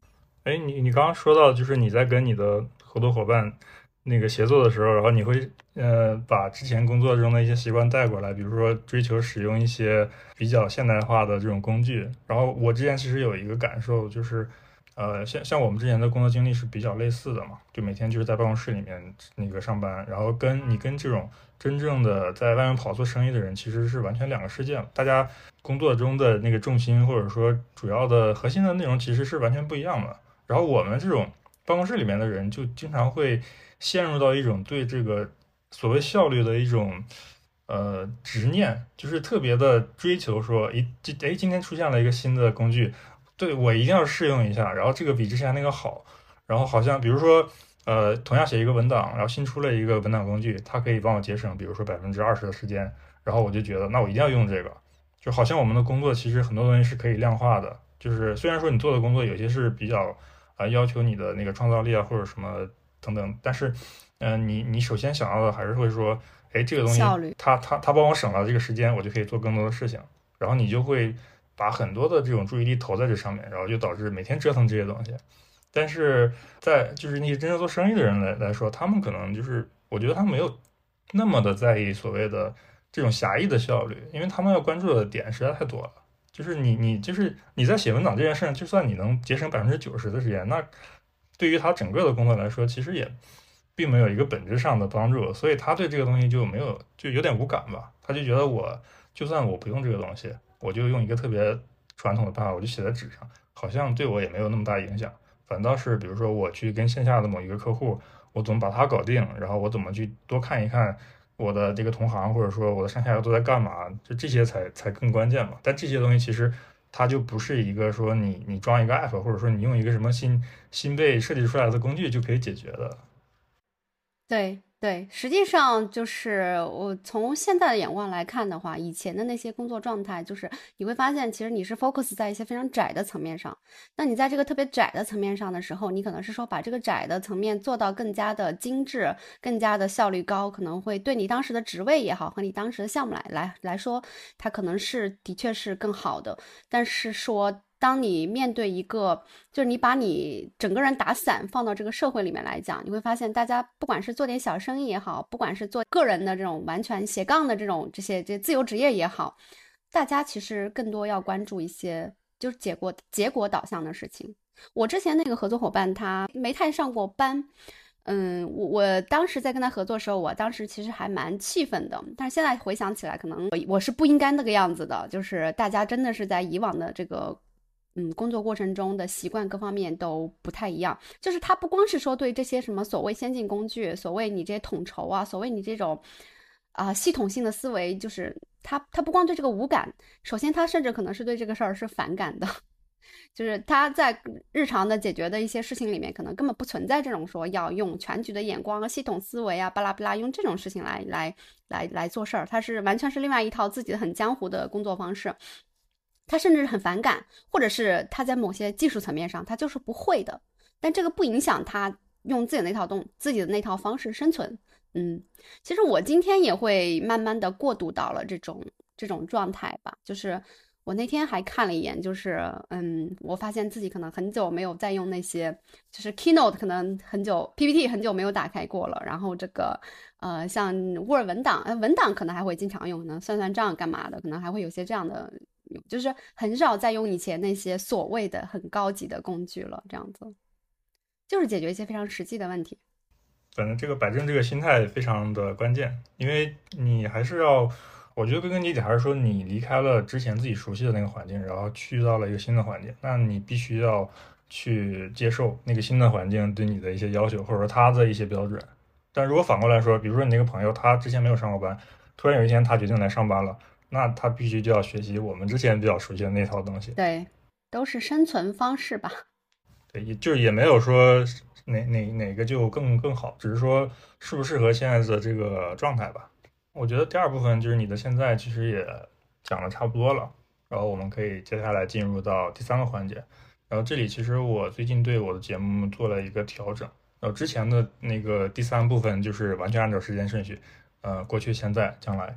哎，你你刚刚说到，就是你在跟你的合作伙伴那个协作的时候，然后你会呃把之前工作中的一些习惯带过来，比如说追求使用一些比较现代化的这种工具。然后我之前其实有一个感受，就是呃像像我们之前的工作经历是比较类似的嘛，就每天就是在办公室里面那个上班，然后跟你跟这种真正的在外面跑做生意的人其实是完全两个世界，大家工作中的那个重心或者说主要的核心的内容其实是完全不一样的。然后我们这种办公室里面的人就经常会陷入到一种对这个所谓效率的一种呃执念，就是特别的追求说，一这哎今天出现了一个新的工具，对我一定要试用一下，然后这个比之前那个好，然后好像比如说呃同样写一个文档，然后新出了一个文档工具，它可以帮我节省比如说百分之二十的时间，然后我就觉得那我一定要用这个，就好像我们的工作其实很多东西是可以量化的，就是虽然说你做的工作有些是比较啊、要求你的那个创造力啊或者什么等等，但是嗯、呃你你首先想到的还是会说，哎这个东西效率。 它它它帮我省了这个时间，我就可以做更多的事情，然后你就会把很多的这种注意力投在这上面，然后就导致每天折腾这些东西。但是在就是那些真正做生意的人来来说，他们可能就是我觉得他们没有那么的在意所谓的这种狭义的效率，因为他们要关注的点实在太多了。就是你你就是你在写文档这件事情，就算你能节省百分之九十的时间，那对于他整个的工作来说，其实也并没有一个本质上的帮助，所以他对这个东西就没有就有点无感吧。他就觉得我就算我不用这个东西，我就用一个特别传统的办法，我就写在纸上，好像对我也没有那么大影响。反倒是比如说我去跟线下的某一个客户，我怎么把它搞定，然后我怎么去多看一看我的这个同行，或者说我的上下游都在干嘛，就这些才才更关键嘛。但这些东西其实它就不是一个说你你装一个 app，或者说你用一个什么新新被设计出来的工具就可以解决的。 对对，实际上就是我从现在的眼光来看的话，以前的那些工作状态，就是你会发现，其实你是 focus 在一些非常窄的层面上。那你在这个特别窄的层面上的时候，你可能是说把这个窄的层面做到更加的精致，更加的效率高，可能会对你当时的职位也好，和你当时的项目来来来说，它可能是的确是更好的。但是说，当你面对一个，就是你把你整个人打散放到这个社会里面来讲，你会发现大家不管是做点小生意也好，不管是做个人的这种完全斜杠的这种这些这自由职业也好，大家其实更多要关注一些就是结果结果导向的事情。我之前那个合作伙伴他没太上过班，嗯，我我当时在跟他合作的时候，我当时其实还蛮气愤的，但是现在回想起来，可能我我是不应该那个样子的，就是大家真的是在以往的这个嗯工作过程中的习惯各方面都不太一样，就是他不光是说对这些什么所谓先进工具，所谓你这些统筹啊，所谓你这种啊、系统性的思维，就是他他不光对这个无感，首先他甚至可能是对这个事儿是反感的。就是他在日常的解决的一些事情里面，可能根本不存在这种说要用全局的眼光啊、系统思维啊、巴拉巴拉用这种事情来来来来做事儿，他是完全是另外一套自己的很江湖的工作方式。他甚至很反感，或者是他在某些技术层面上他就是不会的，但这个不影响他用自己的那套动自己的那套方式生存。嗯，其实我今天也会慢慢的过渡到了这种这种状态吧，就是我那天还看了一眼，就是嗯，我发现自己可能很久没有再用那些，就是 Keynote 可能很久 P P T 很久没有打开过了，然后这个呃像 Word 文档，呃文档可能还会经常用，可能算算账干嘛的，可能还会有些这样的，就是很少再用以前那些所谓的很高级的工具了，这样子就是解决一些非常实际的问题。 反正这个摆正这个心态非常的关键，因为你还是要，我觉得归根结底还是说你离开了之前自己熟悉的那个环境，然后去到了一个新的环境，那你必须要去接受那个新的环境对你的一些要求，或者说他的一些标准。但如果反过来说，比如说你那个朋友他之前没有上过班，突然有一天他决定来上班了，那他必须就要学习我们之前比较熟悉的那套东西。 对，都是生存方式吧。 对，也就是也没有说哪哪哪个就更更好，只是说适不适合现在的这个状态吧。我觉得第二部分就是你的现在其实也讲的差不多了，然后我们可以接下来进入到第三个环节。然后这里其实我最近对我的节目做了一个调整，然后之前的那个第三部分就是完全按照时间顺序，呃，过去、现在、将来。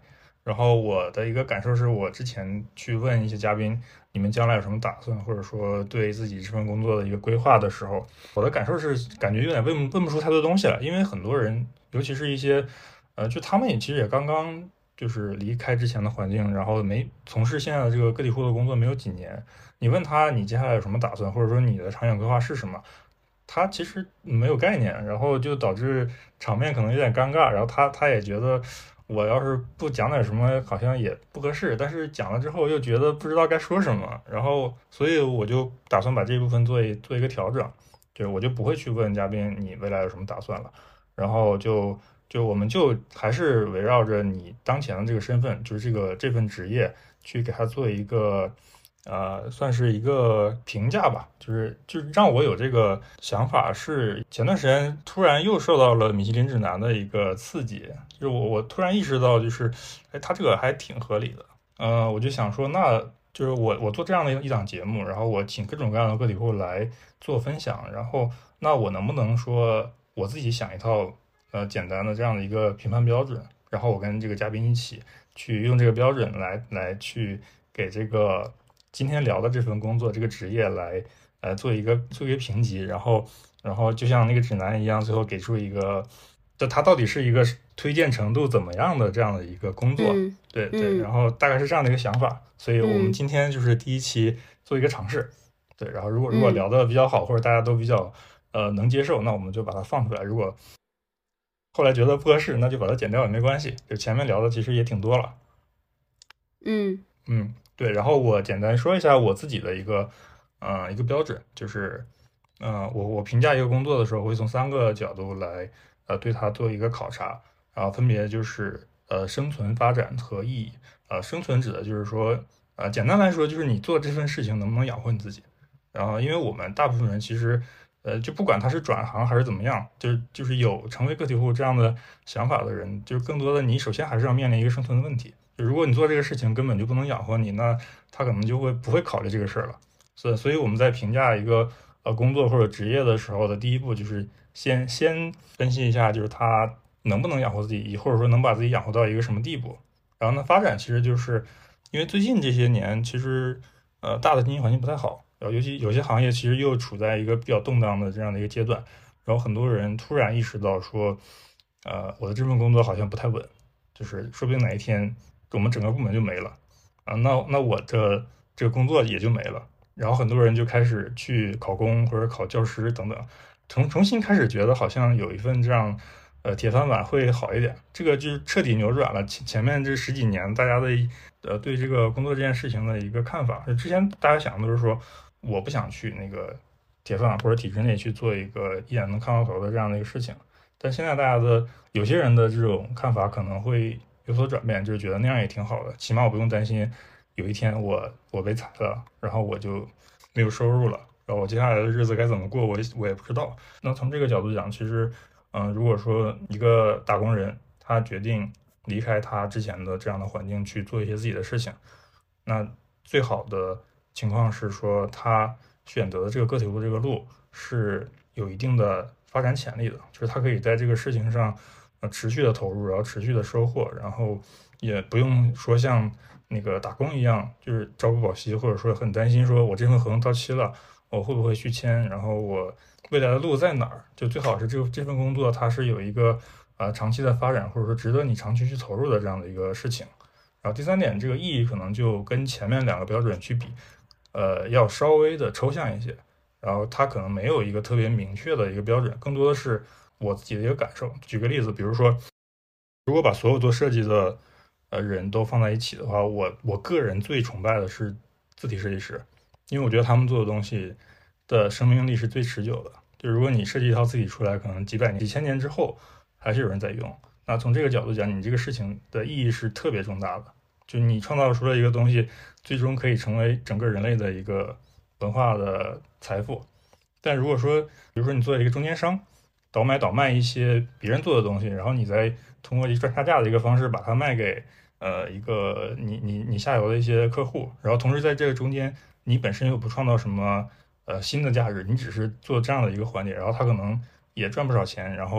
然后我的一个感受是我之前去问一些嘉宾，你们将来有什么打算，或者说对自己这份工作的一个规划的时候，我的感受是感觉有点问问不出太多东西来，因为很多人，尤其是一些，呃，就他们也其实也刚刚就是离开之前的环境，然后没从事现在的这个个体户的工作没有几年，你问他你接下来有什么打算，或者说你的长远规划是什么，他其实没有概念，然后就导致场面可能有点尴尬，然后他他也觉得我要是不讲点什么好像也不合适，但是讲了之后又觉得不知道该说什么，然后所以我就打算把这一部分做一做一个调整，就我就不会去问嘉宾你未来有什么打算了，然后就就我们就还是围绕着你当前的这个身份，就是这个这份职业去给他做一个。呃，算是一个评价吧，就是就是让我有这个想法是前段时间突然又受到了米其林指南的一个刺激，就是我我突然意识到，就是哎，他这个还挺合理的，呃，我就想说，那就是我我做这样的一档节目，然后我请各种各样的个体户来做分享，然后那我能不能说我自己想一套呃简单的这样的一个评判标准，然后我跟这个嘉宾一起去用这个标准来来去给这个。今天聊的这份工作，这个职业来，呃，做一个做一个评级，然后，然后就像那个指南一样，最后给出一个，就它到底是一个推荐程度怎么样的这样的一个工作， 嗯对对， 嗯然后大概是这样的一个想法，所以我们嗯今天就是第一期做一个尝试，对，然后如果如果嗯聊的比较好，或者大家都比较呃能接受，那我们就把它放出来，如果后来觉得不合适，那就把它剪掉也没关系，就前面聊的其实也挺多了， 嗯嗯。对，然后我简单说一下我自己的一个，呃，一个标准，就是，呃，我我评价一个工作的时候，会从三个角度来，呃，对它做一个考察，然后分别就是，呃，生存、发展和意义。呃，生存指的就是说，呃，简单来说就是你做这份事情能不能养活你自己。然后，因为我们大部分人其实，呃，就不管他是转行还是怎么样，就是就是有成为个体户这样的想法的人，就是更多的你首先还是要面临一个生存的问题。如果你做这个事情根本就不能养活你，那他可能就会不会考虑这个事儿了。所以，所以我们在评价一个呃工作或者职业的时候的第一步，就是先先分析一下，就是他能不能养活自己，或者说能把自己养活到一个什么地步。然后呢，发展其实就是因为最近这些年，其实呃大的经济环境不太好，然后尤其有些行业其实又处在一个比较动荡的这样的一个阶段，然后很多人突然意识到说，呃，我的这份工作好像不太稳，就是说不定哪一天。我们整个部门就没了啊，那那我的这个工作也就没了。然后很多人就开始去考公或者考教师等等，重重新开始觉得好像有一份这样呃铁饭碗会好一点。这个就是彻底扭转了前前面这十几年大家的呃对这个工作这件事情的一个看法。之前大家想的都是说我不想去那个铁饭碗或者体制内去做一个一眼能看到头的这样的一个事情，但现在大家的有些人的这种看法可能会。有所转变，就是觉得那样也挺好的，起码我不用担心有一天我我被裁了，然后我就没有收入了，然后我接下来的日子该怎么过，我也我也不知道。那从这个角度讲，其实，嗯、呃，如果说一个打工人他决定离开他之前的这样的环境去做一些自己的事情，那最好的情况是说他选择的这个个体户这个路是有一定的发展潜力的，就是他可以在这个事情上。呃，持续的投入，然后持续的收获，然后也不用说像那个打工一样，就是朝不保夕，或者说很担心说我这份合同到期了，我会不会续签，然后我未来的路在哪儿？就最好是这这份工作它是有一个啊、呃、长期的发展，或者说值得你长期去投入的这样的一个事情。然后第三点，这个意义可能就跟前面两个标准去比，呃，要稍微的抽象一些，然后它可能没有一个特别明确的一个标准，更多的是。我自己的一个感受，举个例子，比如说，如果把所有做设计的呃人都放在一起的话，我我个人最崇拜的是字体设计师，因为我觉得他们做的东西的生命力是最持久的。就如果你设计一套字体出来，可能几百年、几千年之后还是有人在用。那从这个角度讲，你这个事情的意义是特别重大的。就你创造出了一个东西，最终可以成为整个人类的一个文化的财富。但如果说，比如说你做一个中间商，倒买倒卖一些别人做的东西，然后你再通过一赚差价的一个方式把它卖给呃一个你你你下游的一些客户，然后同时在这个中间你本身又不创造什么呃新的价值，你只是做这样的一个环节，然后他可能也赚不少钱，然后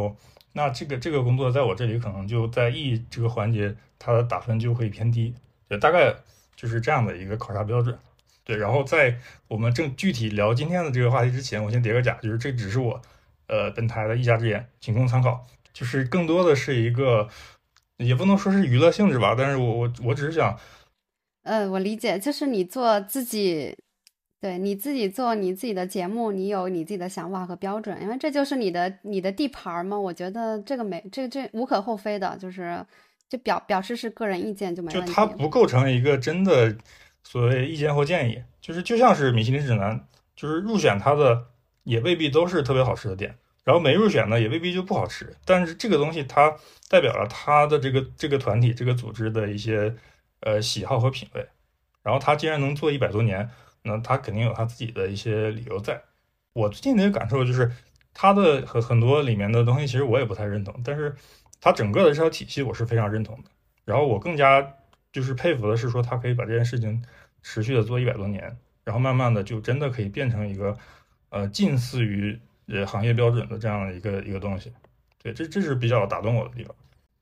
那这个这个工作在我这里可能就在 E 这个环节，它的打分就会偏低，就大概就是这样的一个考察标准。对，然后在我们正具体聊今天的这个话题之前，我先叠个假，就是这只是我呃本台的一家之言，仅供参考，就是更多的是一个也不能说是娱乐性质吧，但是我我我只是想， 呃，我理解，就是你做自己。对，你自己做你自己的节目，你有你自己的想法和标准，因为这就是你的你的地盘嘛。我觉得这个没这这无可厚非的，就是就表表示是个人意见就没问题。 就它不构成一个真的所谓意见或建议，就是就像是米其林指南，就是入选它的也未必都是特别好吃的店，然后没入选呢也未必就不好吃，但是这个东西它代表了它的这个这个团体这个组织的一些呃喜好和品味，然后它既然能做一百多年。那他肯定有他自己的一些理由在。我最近的一个感受就是，他的很很多里面的东西，其实我也不太认同，但是他整个的这套体系我是非常认同的。然后我更加就是佩服的是说，他可以把这件事情持续的做一百多年，然后慢慢的就真的可以变成一个呃近似于呃行业标准的这样的一个一个东西。对，这这是比较打动我的地方。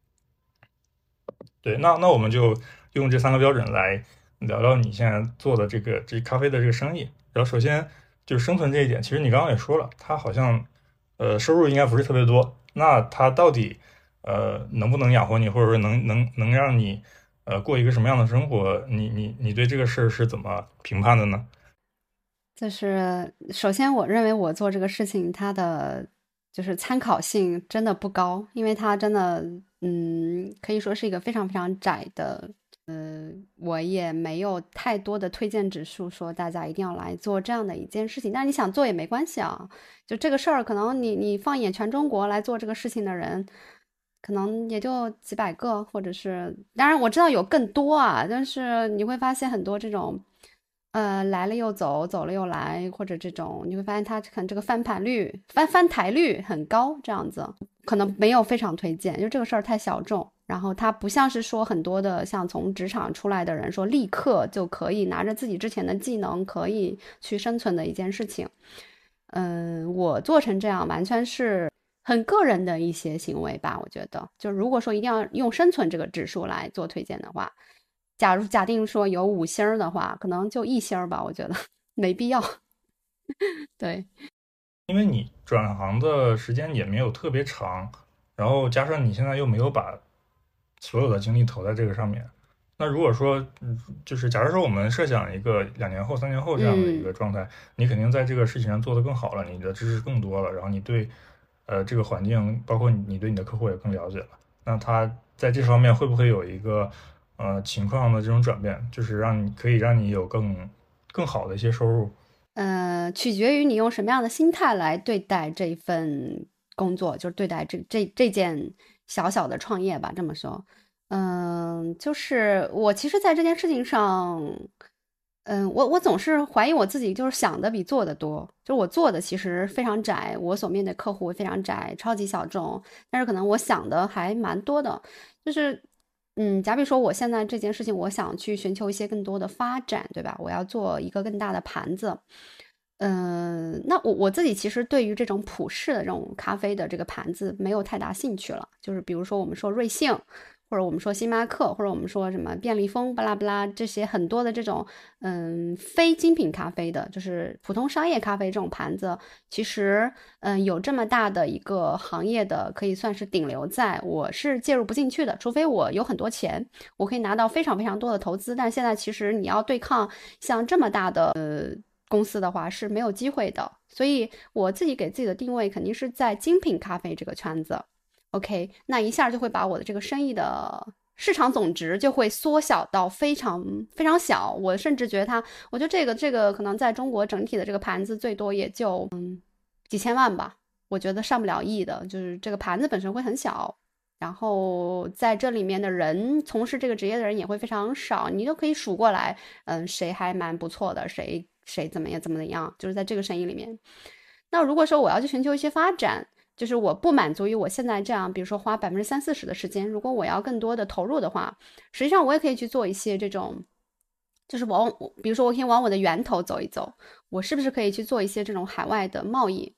对，那那我们就用这三个标准来聊聊你现在做的这个这咖啡的这个生意。然后首先就是生存这一点，其实你刚刚也说了，它好像呃收入应该不是特别多，那它到底呃能不能养活你，或者说能能能让你呃过一个什么样的生活？你你你对这个事儿是怎么评判的呢？ 就是首先我认为我做这个事情，它的就是参考性真的不高，因为它真的嗯可以说是一个非常非常窄的。呃，我也没有太多的推荐指数，说大家一定要来做这样的一件事情。但是你想做也没关系啊，就这个事儿，可能你你放眼全中国来做这个事情的人，可能也就几百个，或者是，当然我知道有更多啊，但是你会发现很多这种，呃，来了又走，走了又来，或者这种，你会发现它可能这个翻盘率、翻翻台率很高，这样子可能没有非常推荐，就这个事儿太小众。然后它不像是说很多的像从职场出来的人说立刻就可以拿着自己之前的技能可以去生存的一件事情。嗯，我做成这样完全是很个人的一些行为吧，我觉得。就如果说一定要用生存这个指数来做推荐的话，假如假定说有五星的话，可能就一星吧，我觉得没必要。对， 因为你转行的时间也没有特别长，然后加上你现在又没有把所有的精力投在这个上面。那如果说，就是假如说我们设想一个两年后、三年后这样的一个状态，嗯、你肯定在这个事情上做得更好了，你的知识更多了，然后你对，呃，这个环境，包括你对你的客户也更了解了。那他在这方面会不会有一个，呃，情况的这种转变，就是让你可以让你有更更好的一些收入？ 呃，取决于你用什么样的心态来对待这份工作，就是对待这这这件小小的创业吧，这么说。嗯，就是我其实在这件事情上，嗯，我我总是怀疑我自己，就是想的比做的多。就是我做的其实非常窄，我所面对客户非常窄，超级小众，但是可能我想的还蛮多的。就是，嗯，假比说我现在这件事情，我想去寻求一些更多的发展，对吧？我要做一个更大的盘子。嗯，那我我自己其实对于这种普世的这种咖啡的这个盘子没有太大兴趣了。就是比如说我们说瑞幸，或者我们说星巴克，或者我们说什么便利蜂，巴拉巴拉这些很多的这种嗯非精品咖啡的，就是普通商业咖啡这种盘子，其实嗯有这么大的一个行业的可以算是顶流在，我是介入不进去的，除非我有很多钱，我可以拿到非常非常多的投资。但现在其实你要对抗像这么大的呃。公司的话是没有机会的，所以我自己给自己的定位肯定是在精品咖啡这个圈子。OK， 那一下就会把我的这个生意的市场总值就会缩小到非常非常小。我甚至觉得它，我觉得这个这个可能在中国整体的这个盘子最多也就嗯几千万吧，我觉得上不了亿的，就是这个盘子本身会很小。然后在这里面的人，从事这个职业的人也会非常少，你就可以数过来，嗯，谁还蛮不错的，谁谁怎么样怎么样，就是在这个生意里面。那如果说我要去寻求一些发展，就是我不满足于我现在这样，比如说花百分之三四十的时间，如果我要更多的投入的话，实际上我也可以去做一些这种，就是往，比如说我可以往我的源头走一走，我是不是可以去做一些这种海外的贸易？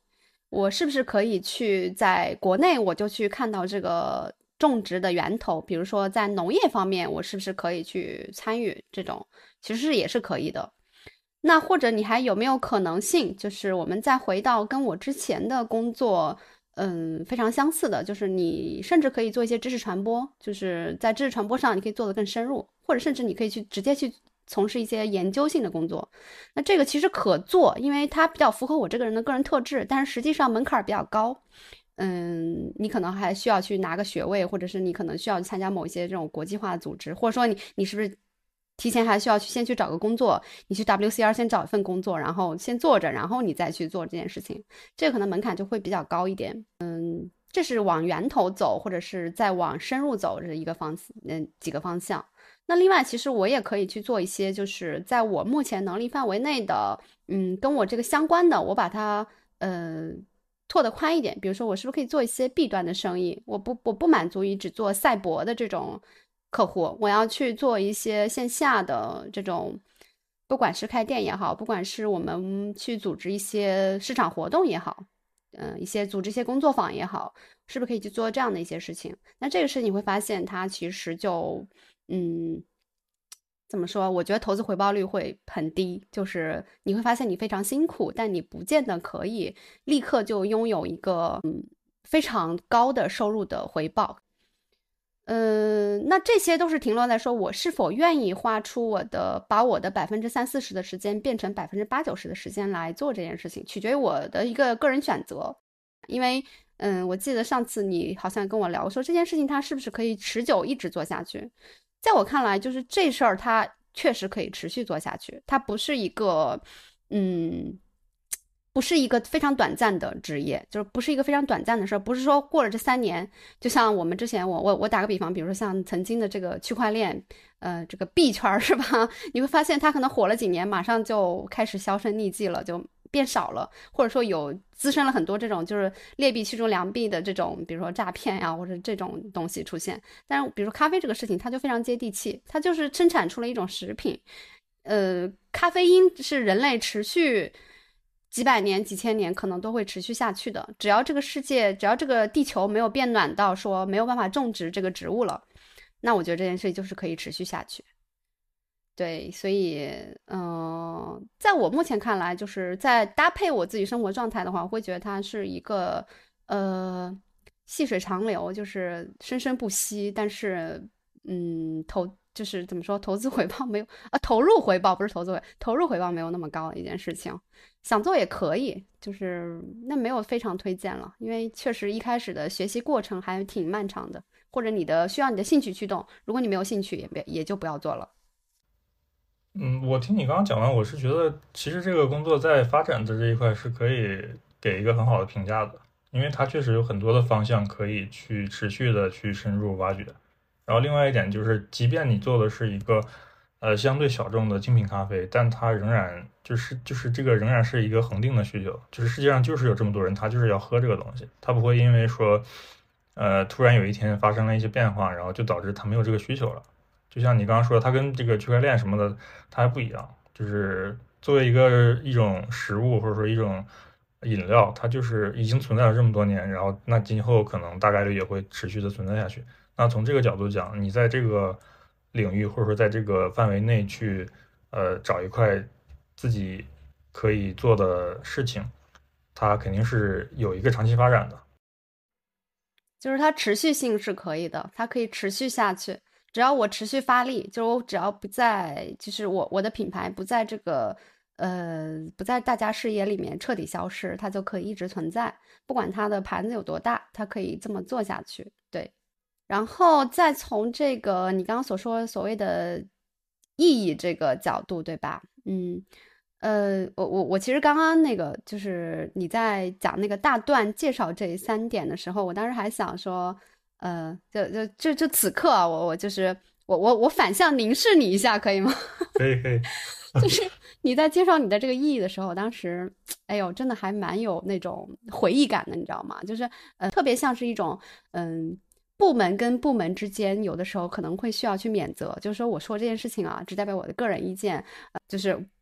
我是不是可以去在国内我就去看到这个种植的源头，比如说在农业方面我是不是可以去参与这种，其实是也是可以的。那或者你还有没有可能性，就是我们再回到跟我之前的工作嗯非常相似的，就是你甚至可以做一些知识传播，就是在知识传播上你可以做得更深入，或者甚至你可以去直接去从事一些研究性的工作。那这个其实可做，因为它比较符合我这个人的个人特质，但是实际上门槛比较高。嗯，你可能还需要去拿个学位，或者是你可能需要参加某一些这种国际化的组织，或者说你你是不是提前还需要去先去找个工作，你去 W C R 先找一份工作，然后先做着，然后你再去做这件事情，这个可能门槛就会比较高一点。嗯，这是往源头走，或者是再往深入走这一个方嗯几个方向。那另外，其实我也可以去做一些，就是在我目前能力范围内的，嗯，跟我这个相关的，我把它呃拓得宽一点。比如说，我是不是可以做一些 B 端的生意？我不我不满足于只做赛博的这种客户，我要去做一些线下的这种，不管是开店也好，不管是我们去组织一些市场活动也好，嗯、呃，一些组织一些工作坊也好，是不是可以去做这样的一些事情？那这个事你会发现，它其实就嗯。怎么说？我觉得投资回报率会很低，就是你会发现你非常辛苦，但你不见得可以立刻就拥有一个嗯非常高的收入的回报。嗯，那这些都是停留在说我是否愿意花出我的，把我的百分之三四十的时间变成百分之八九十的时间来做这件事情，取决于我的一个个人选择。因为，嗯，我记得上次你好像跟我聊说这件事情它是不是可以持久一直做下去？在我看来，就是这事儿它确实可以持续做下去，它不是一个，嗯。不是一个非常短暂的职业，就是不是一个非常短暂的事儿，不是说过了这三年，就像我们之前，我我我打个比方，比如说像曾经的这个区块链，呃，这个币圈是吧？你会发现它可能火了几年，马上就开始销声匿迹了，就变少了，或者说有滋生了很多这种就是劣币驱逐良币的这种，比如说诈骗呀、啊，或者这种东西出现。但是比如说咖啡这个事情，它就非常接地气，它就是生产出了一种食品，呃，咖啡因是人类持续。几百年、几千年可能都会持续下去的。只要这个世界，只要这个地球没有变暖到说没有办法种植这个植物了，那我觉得这件事情就是可以持续下去。对，所以，嗯、呃，在我目前看来，就是在搭配我自己生活状态的话，我会觉得它是一个呃细水长流，就是生生不息。但是，嗯，投就是怎么说，投资回报没有啊，投入回报不是投资回，投入回报没有那么高的一件事情。想做也可以，就是那没有非常推荐了，因为确实一开始的学习过程还挺漫长的，或者你的需要你的兴趣驱动，如果你没有兴趣，也别也就不要做了。 嗯，我听你刚刚讲完，我是觉得其实这个工作在发展的这一块是可以给一个很好的评价的，因为它确实有很多的方向可以去持续的去深入挖掘。然后另外一点就是，即便你做的是一个呃相对小众的精品咖啡，但它仍然就是就是这个仍然是一个恒定的需求，就是世界上就是有这么多人，他就是要喝这个东西，他不会因为说呃突然有一天发生了一些变化，然后就导致他没有这个需求了。就像你刚刚说，它跟这个区块链什么的，它还不一样。就是作为一个一种食物或者说一种饮料，它就是已经存在了这么多年，然后那今后可能大概率也会持续的存在下去。那从这个角度讲，你在这个领域或者说在这个范围内去呃找一块自己可以做的事情，它肯定是有一个长期发展的。 就是它持续性是可以的，它可以持续下去。只要我持续发力，就是我只要不在，就是我我的品牌不在这个呃不在大家视野里面彻底消失，它就可以一直存在。不管它的盘子有多大，它可以这么做下去。对，然后再从这个你刚刚所说所谓的意义这个角度，对吧？嗯。呃，我我我其实刚刚那个就是你在讲那个大段介绍这三点的时候，我当时还想说，呃，就就就就此刻啊，我我就是我我我反向凝视你一下，可以吗？ 可以可以。 就是你在介绍你的这个意义的时候，当时，哎呦，真的还蛮有那种回忆感的，你知道吗？就是呃，特别像是一种嗯。部门跟部门之间，有的时候可能会需要去免责，就是说我说这件事情啊，只代表我的个人意见，呃、就是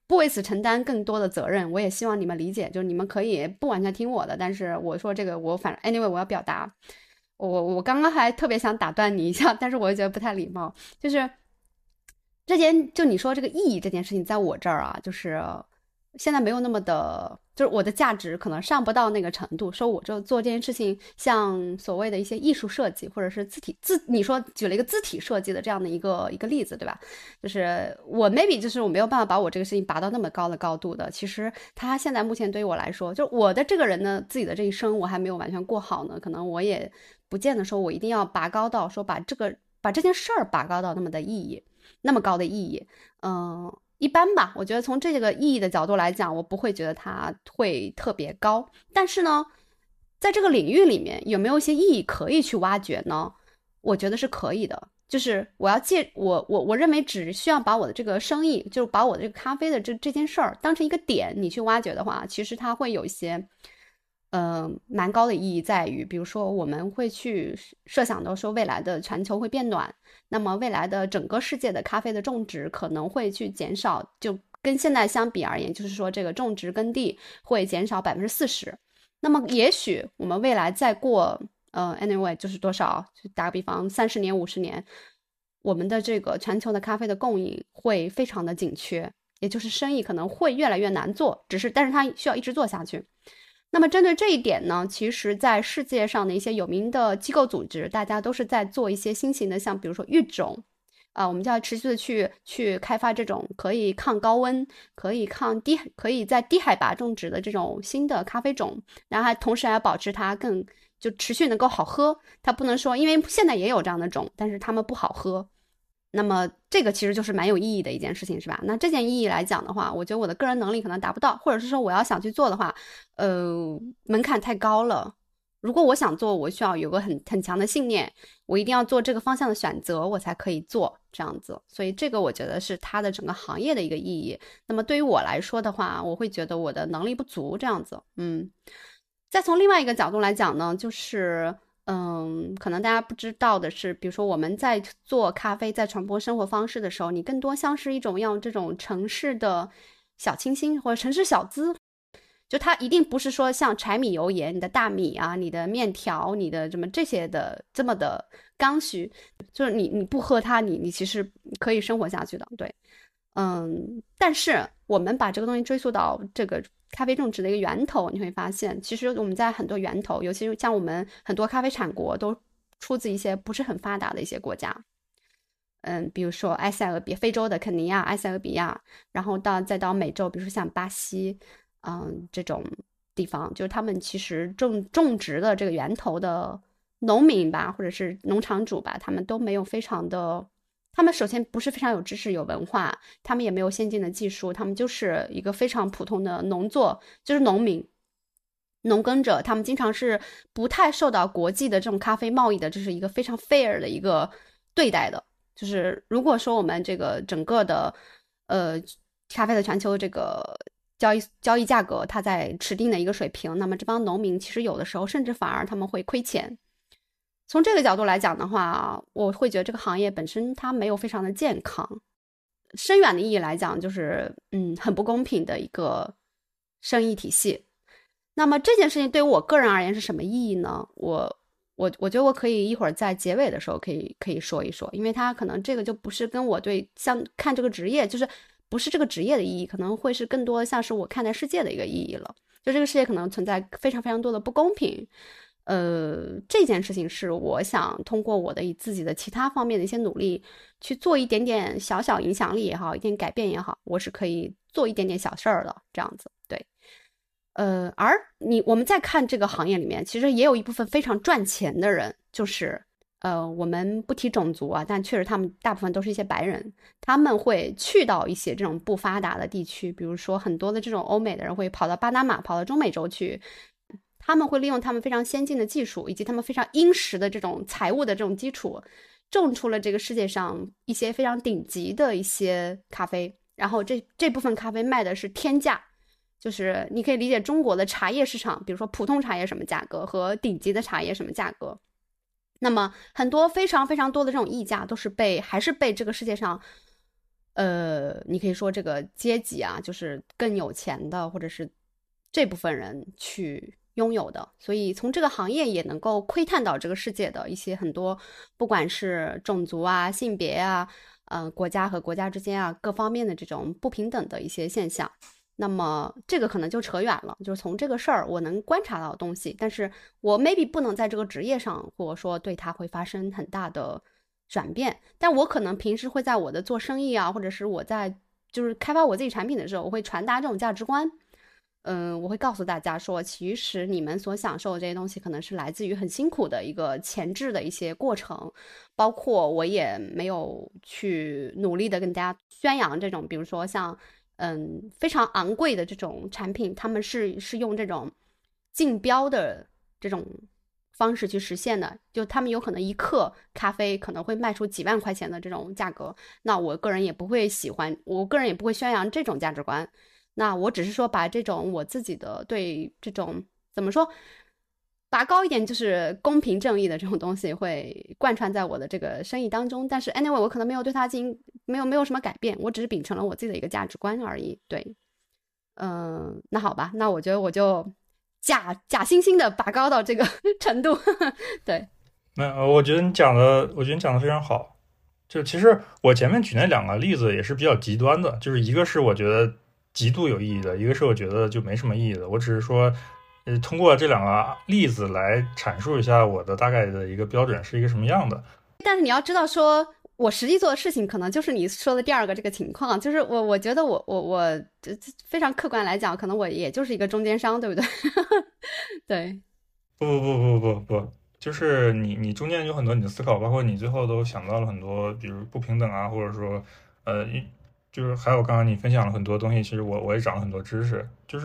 不为此承担更多的责任，我也希望你们理解，就是你们可以不完全听我的，但是我说这个我反正 anyway 我要表达，我我刚刚还特别想打断你一下，但是我又觉得不太礼貌，就是这件就你说这个意义这件事情，在我这儿啊，就是现在没有那么的，就是我的价值可能上不到那个程度，说我就做这件事情，像所谓的一些艺术设计或者是字体字，你说举了一个字体设计的这样的一个一个例子，对吧？就是我 maybe 就是我没有办法把我这个事情拔到那么高的高度的。其实他现在目前对于我来说，就我的这个人呢，自己的这一生我还没有完全过好呢，可能我也不见得说我一定要拔高到说把这个把这件事儿拔高到那么的意义。那么高的意义，嗯、呃，一般吧。我觉得从这个意义的角度来讲，我不会觉得它会特别高。但是呢，在这个领域里面，有没有一些意义可以去挖掘呢？我觉得是可以的。就是我要借我我我认为只需要把我的这个生意，就是把我的这个咖啡的这这件事儿当成一个点，你去挖掘的话，其实它会有一些。呃，蛮高的意义在于，比如说我们会去设想到说未来的全球会变暖，那么未来的整个世界的咖啡的种植可能会去减少，就跟现在相比而言，就是说这个种植耕地会减少百分之四十。那么也许我们未来再过呃 anyway 就是多少，就打个比方，三十年、五十年，我们的这个全球的咖啡的供应会非常的紧缺，也就是生意可能会越来越难做，只是但是它需要一直做下去。那么针对这一点呢，其实在世界上的一些有名的机构组织，大家都是在做一些新型的，像比如说育种啊、呃，我们就要持续的去去开发这种可以抗高温、可以抗低、可以在低海拔种植的这种新的咖啡种，然后还同时还要保持它更就持续能够好喝。它不能说，因为现在也有这样的种，但是它们不好喝。那么这个其实就是蛮有意义的一件事情，是吧？那这件意义来讲的话，我觉得我的个人能力可能达不到，或者是说我要想去做的话，呃，门槛太高了。如果我想做，我需要有个很很强的信念，我一定要做这个方向的选择，我才可以做这样子。所以这个我觉得是它的整个行业的一个意义。那么对于我来说的话，我会觉得我的能力不足这样子。嗯，再从另外一个角度来讲呢，就是。嗯，可能大家不知道的是，比如说我们在做咖啡，在传播生活方式的时候，你更多像是一种要这种城市的小清新或者城市小资，就它一定不是说像柴米油盐，你的大米啊、你的面条、你的什么这些的这么的刚需，就是你你不喝它，你你其实可以生活下去的，对。嗯，但是我们把这个东西追溯到这个咖啡种植的一个源头，你会发现，其实我们在很多源头，尤其是像我们很多咖啡产国，都出自一些不是很发达的一些国家。嗯，比如说埃塞俄比非洲的肯尼亚、埃塞俄比亚，然后到再到美洲，比如说像巴西，嗯，这种地方，就是他们其实种种植的这个源头的农民吧，或者是农场主吧，他们都没有非常的。他们首先不是非常有知识有文化，他们也没有先进的技术，他们就是一个非常普通的农作，就是农民、农耕者，他们经常是不太受到国际的这种咖啡贸易的，这是一个非常 fair 的一个对待的。就是如果说我们这个整个的呃咖啡的全球这个交易交易价格它在持定的一个水平，那么这帮农民其实有的时候甚至反而他们会亏钱。从这个角度来讲的话，我会觉得这个行业本身它没有非常的健康。深远的意义来讲，就是嗯很不公平的一个生意体系。那么这件事情对于我个人而言是什么意义呢？我我我觉得我可以一会儿在结尾的时候可以可以说一说，因为它可能这个就不是跟我对像看这个职业，就是不是这个职业的意义，可能会是更多像是我看待世界的一个意义了。就这个世界可能存在非常非常多的不公平。呃，这件事情是我想通过我的自己的其他方面的一些努力去做一点点小小影响力也好，一点改变也好，我是可以做一点点小事儿的，这样子。对，呃，而你我们再看这个行业里面，其实也有一部分非常赚钱的人，就是呃，我们不提种族啊，但确实他们大部分都是一些白人，他们会去到一些这种不发达的地区，比如说很多的这种欧美的人会跑到巴拿马，跑到中美洲去。他们会利用他们非常先进的技术，以及他们非常殷实的这种财务的这种基础，种出了这个世界上一些非常顶级的一些咖啡。然后这这部分咖啡卖的是天价，就是你可以理解中国的茶叶市场，比如说普通茶叶什么价格和顶级的茶叶什么价格。那么很多非常非常多的这种溢价都是被还是被这个世界上呃，你可以说这个阶级啊，就是更有钱的，或者是这部分人去拥有的。所以从这个行业也能够窥探到这个世界的一些很多，不管是种族啊、性别啊、呃国家和国家之间啊各方面的这种不平等的一些现象。那么这个可能就扯远了，就是从这个事儿我能观察到的东西，但是我 maybe 不能在这个职业上，或者说对它会发生很大的转变，但我可能平时会在我的做生意啊，或者是我在就是开发我自己产品的时候，我会传达这种价值观。嗯，我会告诉大家说，其实你们所享受的这些东西，可能是来自于很辛苦的一个前置的一些过程，包括我也没有去努力的跟大家宣扬这种，比如说像嗯非常昂贵的这种产品，他们是是用这种竞标的这种方式去实现的，就他们有可能一克咖啡可能会卖出几万块钱的这种价格，那我个人也不会喜欢，我个人也不会宣扬这种价值观。那我只是说把这种我自己的对这种怎么说拔高一点，就是公平正义的这种东西会贯穿在我的这个生意当中。但是 anyway 我可能没有对它进行没有没有什么改变，我只是秉承了我自己的一个价值观而已。对，嗯、呃，那好吧，那我觉得我就假假惺惺的拔高到这个程度。对， 那我觉得你讲的，我觉得你讲的非常好。就其实我前面举那两个例子也是比较极端的，就是一个是我觉得极度有意义的，一个是我觉得就没什么意义的。我只是说，呃，通过这两个例子来阐述一下我的大概的一个标准是一个什么样的。 但是你要知道说，我实际做的事情可能就是你说的第二个这个情况，就是我我觉得我我我这非常客观来讲，可能我也就是一个中间商，对不对？对， 不不不不不不，就是你你中间有很多你的思考，包括你最后都想到了很多，比如不平等啊，或者说，呃，一就是还有刚刚你分享了很多东西，其实我我也长了很多知识，就是，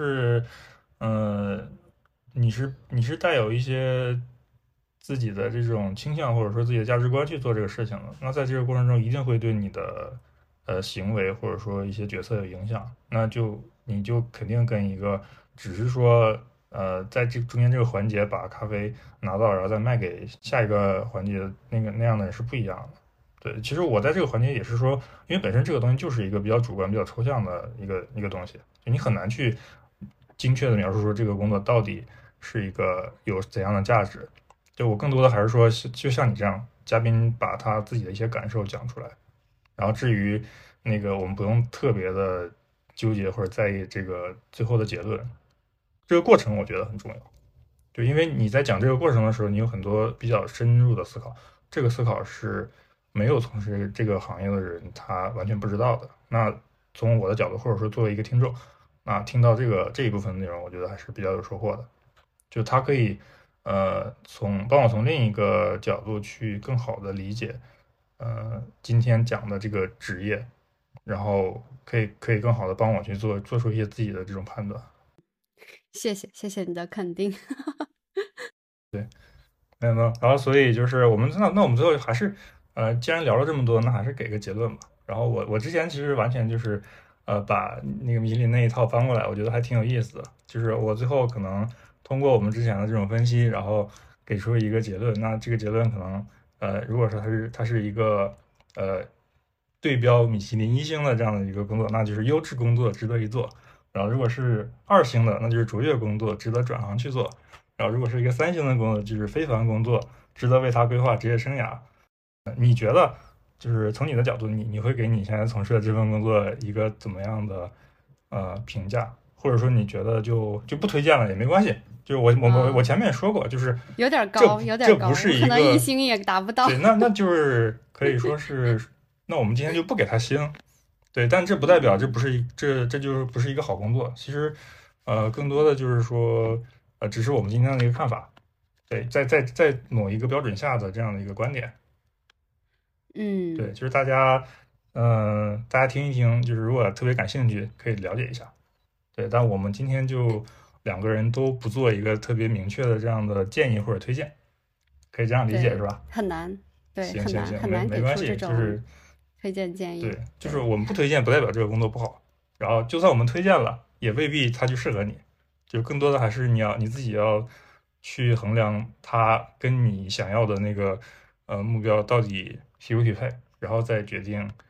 呃，你是你是带有一些自己的这种倾向，或者说自己的价值观去做这个事情的，那在这个过程中一定会对你的呃行为或者说一些决策有影响，那就你就肯定跟一个只是说。呃，在这中间这个环节把咖啡拿到，然后再卖给下一个环节那个那样的人是不一样的。对，其实我在这个环节也是说，因为本身这个东西就是一个比较主观、比较抽象的一个一个东西，就你很难去精确的描述说这个工作到底是一个有怎样的价值。就我更多的还是说，就像你这样，嘉宾把他自己的一些感受讲出来，然后至于那个我们不用特别的纠结或者在意这个最后的结论。这个过程我觉得很重要，就因为你在讲这个过程的时候，你有很多比较深入的思考，这个思考是没有从事这个行业的人他完全不知道的。那从我的角度，或者说作为一个听众，那听到这个这一部分内容，我觉得还是比较有收获的。就他可以呃从帮我从另一个角度去更好的理解呃今天讲的这个职业，然后可以可以更好的帮我去做做出一些自己的这种判断。 谢谢谢谢你的肯定。 对，没有没有，然后所以就是我们那那我们最后还是呃，既然聊了这么多，那还是给个结论吧。然后我我之前其实完全就是呃把那个米其林那一套翻过来，我觉得还挺有意思的。就是我最后可能通过我们之前的这种分析，然后给出一个结论。那这个结论可能呃，如果说它是它是一个呃对标米其林一星的这样的一个工作，那就是优质工作值得一做。然后如果是二星的，那就是卓越工作值得转行去做。然后如果是一个三星的工作，就是非凡工作，值得为他规划职业生涯。呃你觉得，就是从你的角度，你你会给你现在从事的这份工作一个怎么样的呃评价？或者说你觉得就就不推荐了也没关系？就是我我我我前面也说过，就是有点高，有点高， 这不是一个可能一星也达不到。 对，那那就是可以说是，那我们今天就不给他星。对，但这不代表这不是一这这就是不是一个好工作。其实，呃，更多的就是说。呃，只是我们今天的一个看法，对，在在在某一个标准下的这样的一个观点， 嗯， 对，就是大家，嗯、呃，大家听一听，就是如果特别感兴趣，可以了解一下，对，但我们今天就两个人都不做一个特别明确的这样的建议或者推荐，可以这样理解是吧？ 很难，对， 行很难行行， 很难给没没关系， 出这种就是推荐建议。 对，就是我们不推荐，不代表这个工作不好，然后就算我们推荐了，也未必它就适合你。就更多的还是你要你自己要去衡量它跟你想要的那个呃目标到底匹不匹配，然后再决定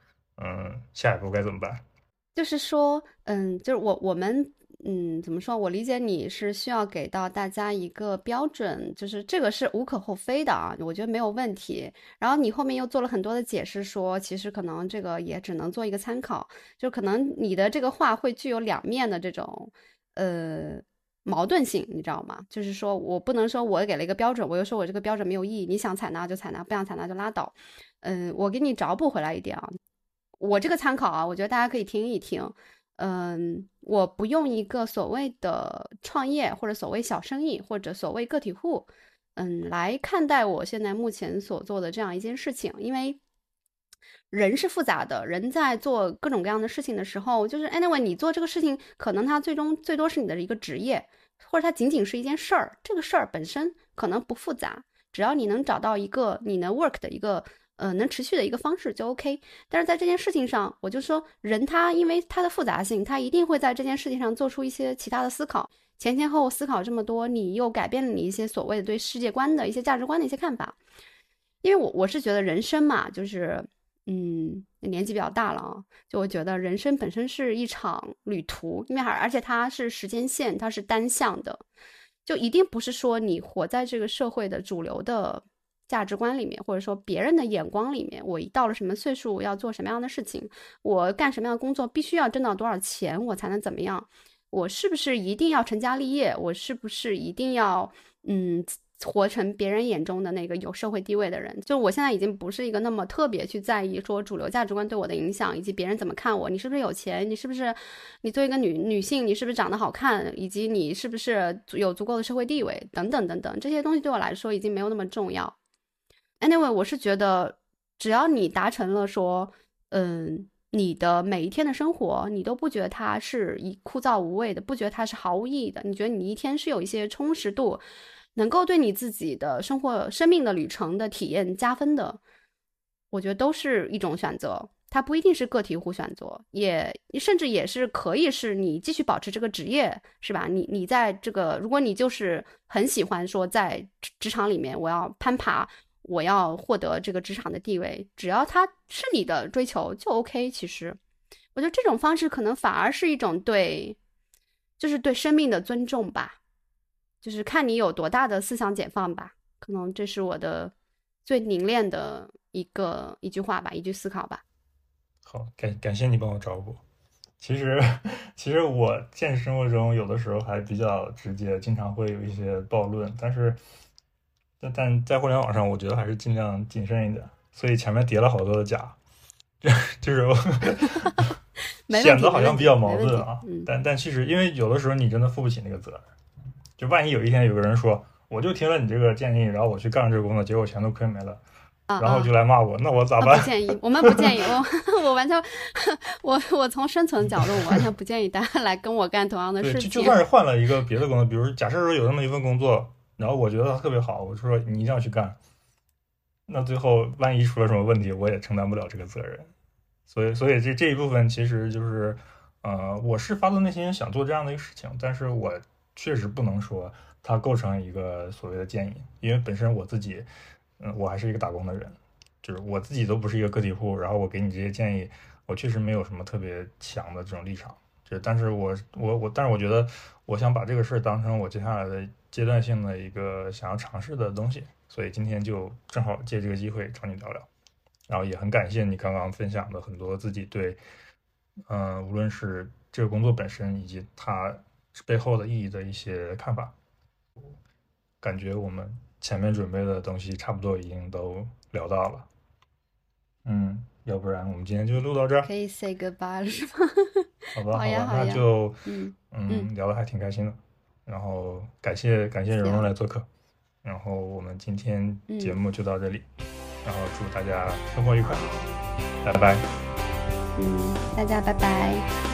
嗯，下一步该怎么办？ 就是说，嗯，就是我我们，嗯，怎么说？我理解你是需要给到大家一个标准，就是这个是无可厚非的啊，我觉得没有问题。然后你后面又做了很多的解释说，其实可能这个也只能做一个参考，就可能你的这个话会具有两面的这种，呃。矛盾性，你知道吗？就是说我不能说我给了一个标准，我又说我这个标准没有意义，你想采纳就采纳，不想采纳就拉倒。嗯，我给你找补回来一点啊。我这个参考啊，我觉得大家可以听一听。嗯，我不用一个所谓的创业或者所谓小生意或者所谓个体户，嗯，来看待我现在目前所做的这样一件事情，因为人是复杂的，人在做各种各样的事情的时候，就是 anyway，你做这个事情，可能它最终最多是你的一个职业，或者它仅仅是一件事儿，这个事儿本身可能不复杂，只要你能找到一个你能 work 的一个。呃，能持续的一个方式就 OK。但是在这件事情上，我就说人他因为他的复杂性，他一定会在这件事情上做出一些其他的思考，前前后后思考这么多，你又改变了你一些所谓的对世界观的一些价值观的一些看法。因为我我是觉得人生嘛，就是嗯，年纪比较大了啊，就我觉得人生本身是一场旅途，因为而且它是时间线，它是单向的，就一定不是说你活在这个社会的主流的价值观里面，或者说别人的眼光里面，我一到了什么岁数我要做什么样的事情，我干什么样的工作必须要挣到多少钱我才能怎么样，我是不是一定要成家立业，我是不是一定要嗯活成别人眼中的那个有社会地位的人。就我现在已经不是一个那么特别去在意说主流价值观对我的影响，以及别人怎么看我，你是不是有钱，你是不是你作为一个女女性，你是不是长得好看，以及你是不是有足够的社会地位等等等等，这些东西对我来说已经没有那么重要。Anyway， 我是觉得只要你达成了说嗯你的每一天的生活你都不觉得它是一枯燥无味的，不觉得它是毫无意义的，你觉得你一天是有一些充实度，能够对你自己的生活生命的旅程的体验加分的，我觉得都是一种选择。它不一定是个体户选择，也甚至也是可以是你继续保持这个职业，是吧？你你在这个，如果你就是很喜欢说在职场里面我要攀爬，我要获得这个职场的地位，只要它是你的追求就 OK。其实我觉得这种方式可能反而是一种对，就是对生命的尊重吧，就是看你有多大的思想解放吧。可能这是我的最凝练的一个一句话吧，一句思考吧。 好，感感谢你帮我找补。其实，其实我现实生活中有的时候还比较直接，经常会有一些暴论，但是，但但在互联网上，我觉得还是尽量谨慎一点。所以前面叠了好多的甲，就是我显得好像比较矛盾啊。 嗯、 但但其实，因为有的时候你真的负不起那个责任。就万一有一天有个人说，我就听了你这个建议，然后我去干了这个工作，结果钱都亏没了。然后就来骂我， 啊、 那我咋办？ 不建议，我们不建议，我我完全，我我从生存角度，我完全不建议大家来跟我干同样的事情。 对，就就算是换了一个别的工作，比如假设说有那么一份工作，然后我觉得它特别好，我说你一定要去干，那最后万一出了什么问题，我也承担不了这个责任。所以，所以这这一部分其实就是，呃，我是发自内心想做这样的一个事情，但是我确实不能说它构成一个所谓的建议，因为本身我自己。嗯，我还是一个打工的人，就是我自己都不是一个个体户，然后我给你这些建议，我确实没有什么特别强的这种立场。就但是我我我，但是我觉得我想把这个事儿当成我接下来的阶段性的一个想要尝试的东西，所以今天就正好借这个机会找你聊聊。然后也很感谢你刚刚分享的很多自己对，嗯、呃，无论是这个工作本身以及它背后的意义的一些看法。感觉我们前面准备的东西差不多已经都聊到了，嗯，要不然我们今天就录到这儿， 可以 say goodbye 了是吗？ 好吧， 好呀， 好吧，那就嗯嗯，聊得还挺开心的，然后感谢感谢蓉蓉来做客，然后我们今天节目就到这里，嗯、然后祝大家生活愉快，拜拜， 嗯，大家拜拜。